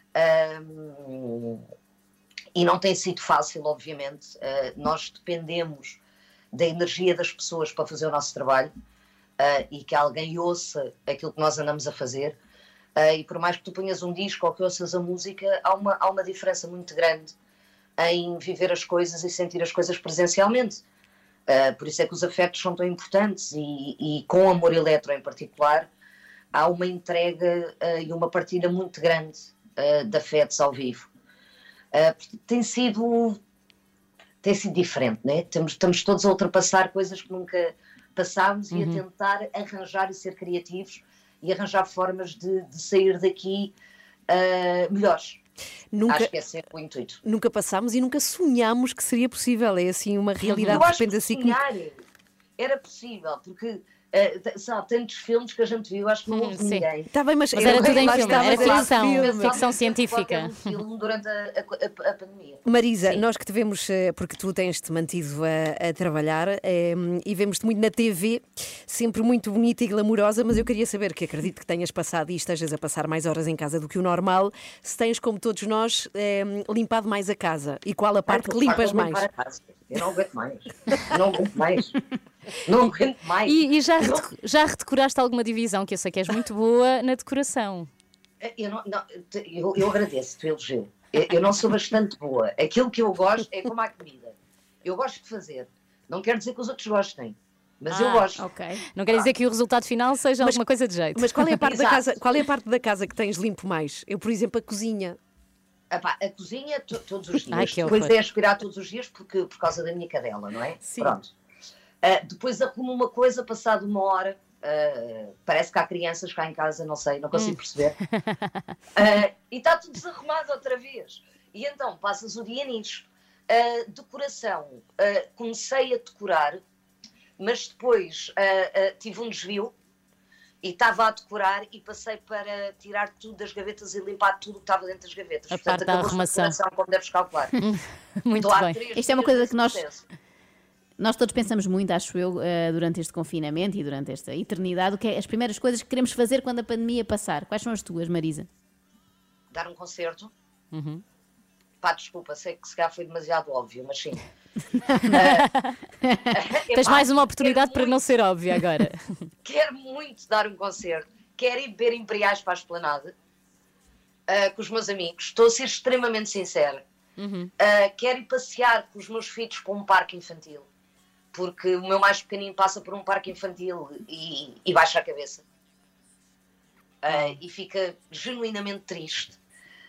E não tem sido fácil, obviamente. Nós dependemos da energia das pessoas para fazer o nosso trabalho e que alguém ouça aquilo que nós andamos a fazer. E por mais que tu ponhas um disco ou que ouças a música, há uma diferença muito grande em viver as coisas e sentir as coisas presencialmente. Por isso é que os afetos são tão importantes e com o Amor Eletro em particular, há uma entrega e uma partilha muito grande de afetos ao vivo. Tem sido diferente, né? Estamos todos a ultrapassar coisas que nunca passámos e a tentar arranjar e ser criativos e arranjar formas de sair daqui melhores. Acho que esse é o intuito. Nunca passámos e nunca sonhámos que seria possível. É assim uma realidade Eu acho de repente que assim sonhar era possível, porque Há tantos filmes que a gente viu, acho que não houve ninguém. Está bem, mas era tudo em filme, era ficção científica. Filme durante a pandemia. Marisa, nós que te vemos, porque tu tens-te mantido a trabalhar e vemos-te muito na TV, sempre muito bonita e glamourosa, mas eu queria saber, que acredito que tenhas passado e estejas a passar mais horas em casa do que o normal, se tens, como todos nós, limpado mais a casa e qual a parte que limpas mais? Eu não aguento mais. Não aguento mais. Não aguento mais. E já redecoraste alguma divisão, que eu sei que és muito boa na decoração? Eu agradeço-te o elogio. Eu não sou bastante boa. Aquilo que eu gosto é como a comida. Eu gosto de fazer. Não quer dizer que os outros gostem. Mas eu gosto. Okay. Não quer dizer que o resultado final seja alguma coisa de jeito. Mas qual é a parte da casa? Qual é a parte da casa que tens limpo mais? Eu, por exemplo, a cozinha. A cozinha todos os dias. Depois é aspirar todos os dias por causa da minha cadela, não é? Sim. Pronto. Depois arrumo uma coisa, passado uma hora. Parece que há crianças cá em casa, não sei, não consigo perceber. E está tudo desarrumado outra vez. E então passas o dia nisto. Decoração. Comecei a decorar, mas depois tive um desvio e estava a decorar e passei para tirar tudo das gavetas e limpar tudo que estava dentro das gavetas. A parte da arrumação. Como deves calcular. Muito bem. Isto é uma coisa que nós todos pensamos muito, acho eu, durante este confinamento e durante esta eternidade, o que é as primeiras coisas que queremos fazer quando a pandemia passar. Quais são as tuas, Marisa? Dar um concerto. Pá, desculpa, sei que se calhar foi demasiado óbvio, mas sim. Tens mais uma oportunidade para não ser óbvia agora. Quero muito dar um concerto. Quero ir beber imperiais para a Esplanada com os meus amigos. Estou a ser extremamente sincera. Quero ir passear com os meus filhos para um parque infantil. Porque o meu mais pequenino passa por um parque infantil e baixa a cabeça. E fica genuinamente triste.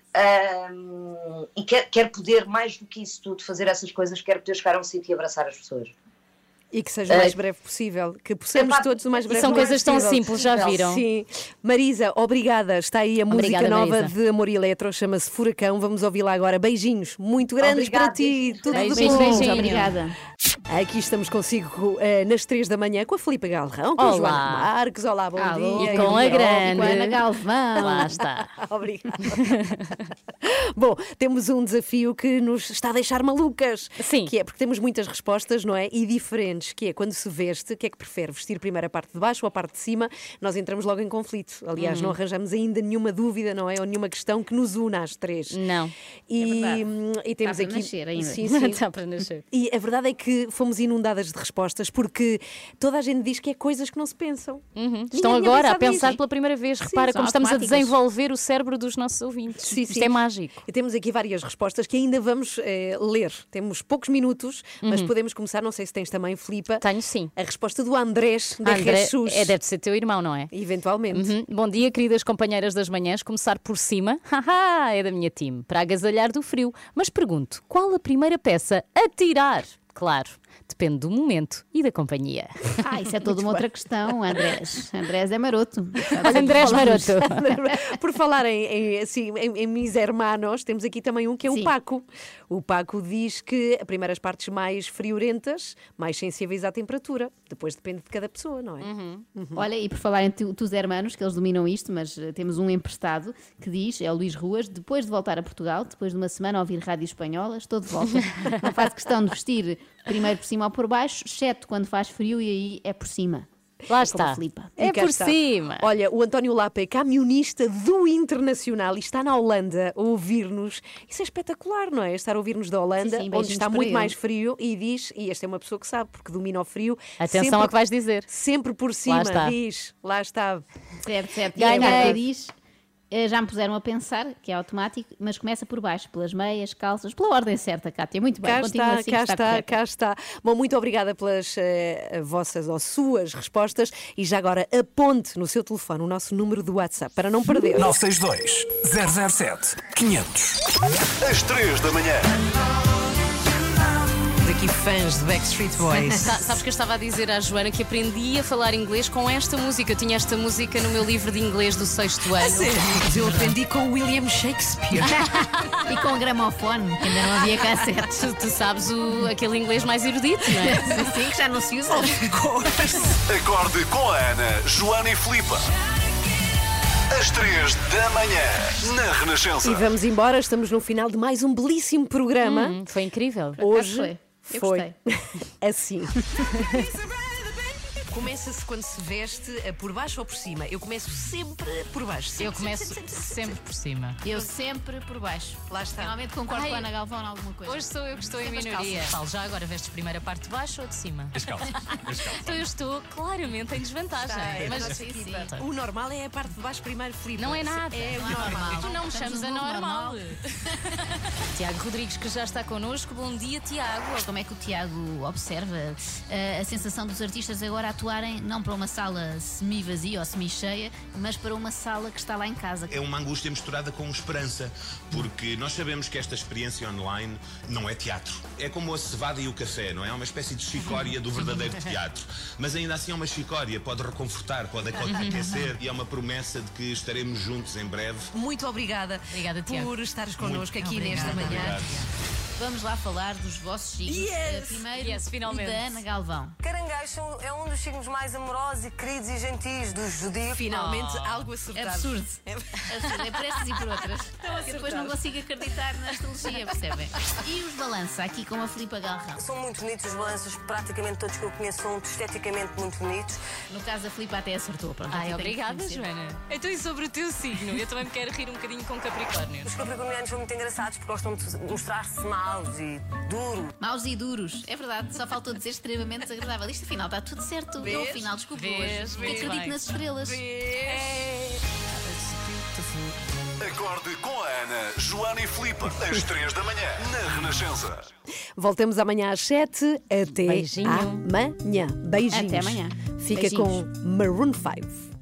E quero poder, mais do que isso tudo, fazer essas coisas. Quero poder chegar a um sítio e abraçar as pessoas. E que seja o mais breve possível, que possamos todos o mais breve possível. São coisas tão possível. simples, já viram? Sim. Marisa, obrigada. Está aí a música nova Marisa. de Amor e Eletro, chama-se Furacão. Vamos ouvi-la agora. Beijinhos muito grandes para ti. Tudo de bom. Beijinhos. Obrigada. Aqui estamos consigo nas 3 da manhã com a Filipe Galrão, com o João Marques. Olá, bom dia. E com a grande. Com a Ana Galvão. Lá está. Obrigada. Bom, temos um desafio que nos está a deixar malucas. Sim. Que é porque temos muitas respostas, não é? E diferentes, que é quando se veste, o que é que prefere? Vestir primeiro a parte de baixo ou a parte de cima? Nós entramos logo em conflito. Aliás, não arranjamos ainda nenhuma dúvida, não é? Ou nenhuma questão que nos una às 3. Não. E temos está aqui. Para nascer ainda. Sim, sim. Está para nascer. E a verdade é que fomos inundadas de respostas porque toda a gente diz que é coisas que não se pensam. Estão Ninguém agora a pensava pensar nisso. pela primeira vez. Repara como estamos a desenvolver o cérebro dos nossos ouvintes. Sim, Isto é mágico. E temos aqui várias respostas que ainda vamos ler. Temos poucos minutos, mas podemos começar. Não sei se tens também, Filipa. Tenho sim. A resposta do Andrés da André, Jesus. deve ser teu irmão, não é? Eventualmente. Bom dia, queridas companheiras das manhãs. Começar por cima. É da minha time. Para agasalhar do frio. Mas pergunto, qual a primeira peça a tirar? Claro, depende do momento e da companhia. Isso é toda uma outra questão, Andrés. Andrés é maroto. Andrés Maroto. Por falar em mis hermanos, temos aqui também um que é o Paco. O Paco diz que as primeiras partes mais friorentas, mais sensíveis à temperatura. Depois depende de cada pessoa, não é? Olha, e por falar em tus hermanos, que eles dominam isto, mas temos um emprestado que diz, é o Luís Ruas, depois de voltar a Portugal, depois de uma semana a ouvir rádio espanhola, estou de volta. Não faço questão de vestir primeiro por cima ou por baixo, exceto quando faz frio e aí é por cima. Lá está. É por cima. Olha, o António Lapa é camionista do Internacional e está na Holanda a ouvir-nos. Isso é espetacular, não é? Estar a ouvir-nos da Holanda, sim, onde está muito mais frio e diz, e esta é uma pessoa que sabe, porque domina o frio. Atenção sempre, ao que vais dizer. Sempre por cima, diz. Lá está. Certo. Ganhei. E diz... Já me puseram a pensar, que é automático, mas começa por baixo, pelas meias, calças, pela ordem certa, Cátia. Muito bem, continua assim. Cá está. Bom, muito obrigada pelas vossas ou suas respostas e já agora aponte no seu telefone o nosso número do WhatsApp para não perder. 962 007 500. Às 3 da manhã. aqui fãs de Backstreet Boys. Sabes que eu estava a dizer à Joana que aprendi a falar inglês com esta música. Eu tinha esta música no meu livro de inglês do 6º ano. Mas eu aprendi com William Shakespeare. E com o gramofone, que ainda não havia cassetes. Tu sabes aquele inglês mais erudito, não é? Sim, que já não se usa. Acorde com a Ana, Joana e Filipe. Às 3 da manhã, na Renascença. E vamos embora, estamos no final de mais um belíssimo programa. Foi incrível. Hoje foi assim. Começa-se quando se veste por baixo ou por cima? Eu começo sempre por baixo. Eu começo sempre por cima. Eu sempre por baixo. Lá está. Finalmente concordo com a Ana Galvão em alguma coisa. Hoje sou eu que estou em minoria. Paulo, já agora vestes primeiro a parte de baixo ou de cima? As calças. Então eu estou claramente em desvantagem. Mas O normal é a parte de baixo primeiro, Filipe. Não é nada. É o normal. Tu não me chames a normal. Tiago Rodrigues, que já está connosco. Bom dia, Tiago. Como é que o Tiago observa a sensação dos artistas agora atuarem não para uma sala semi-vazia ou semi-cheia, mas para uma sala que está lá em casa? É uma angústia misturada com esperança, porque nós sabemos que esta experiência online não é teatro. É como a cevada e o café, não é? É uma espécie de chicória do verdadeiro teatro. Mas ainda assim é uma chicória, pode reconfortar, pode aquecer, e é uma promessa de que estaremos juntos em breve. Muito obrigada, por estares connosco aqui nesta manhã. Obrigado. Vamos lá falar dos vossos signos. Primeiro, finalmente. da Ana Galvão. Caranguejo é um dos signos mais amorosos e queridos e gentis dos zodíacos. Finalmente, algo acertado. Absurdo. Absurdo. É por estas e por outras. Eu depois não consigo acreditar na astrologia, percebem? E os balança, aqui com a Filipa Galrão. São muito bonitos os balanços, praticamente todos que eu conheço são esteticamente muito bonitos. No caso, a Filipa até acertou. Pronto, Ai, obrigada, Joana. Então, e sobre o teu signo? Eu também me quero rir um bocadinho com Capricórnio. Os capricornianos são muito engraçados porque gostam de mostrar-se maus e duros. Maus e duros, é verdade, só faltou dizer extremamente desagradável. Isto afinal está tudo certo. É o final, desculpa hoje. Acredito nas estrelas. Acorde com a Ana, Joana e Filipe. Às 3 da manhã, na Renascença. Voltamos amanhã às 7. Até Beijinho. amanhã. Beijinhos. Até amanhã. Fica Beijinhos. com Maroon 5.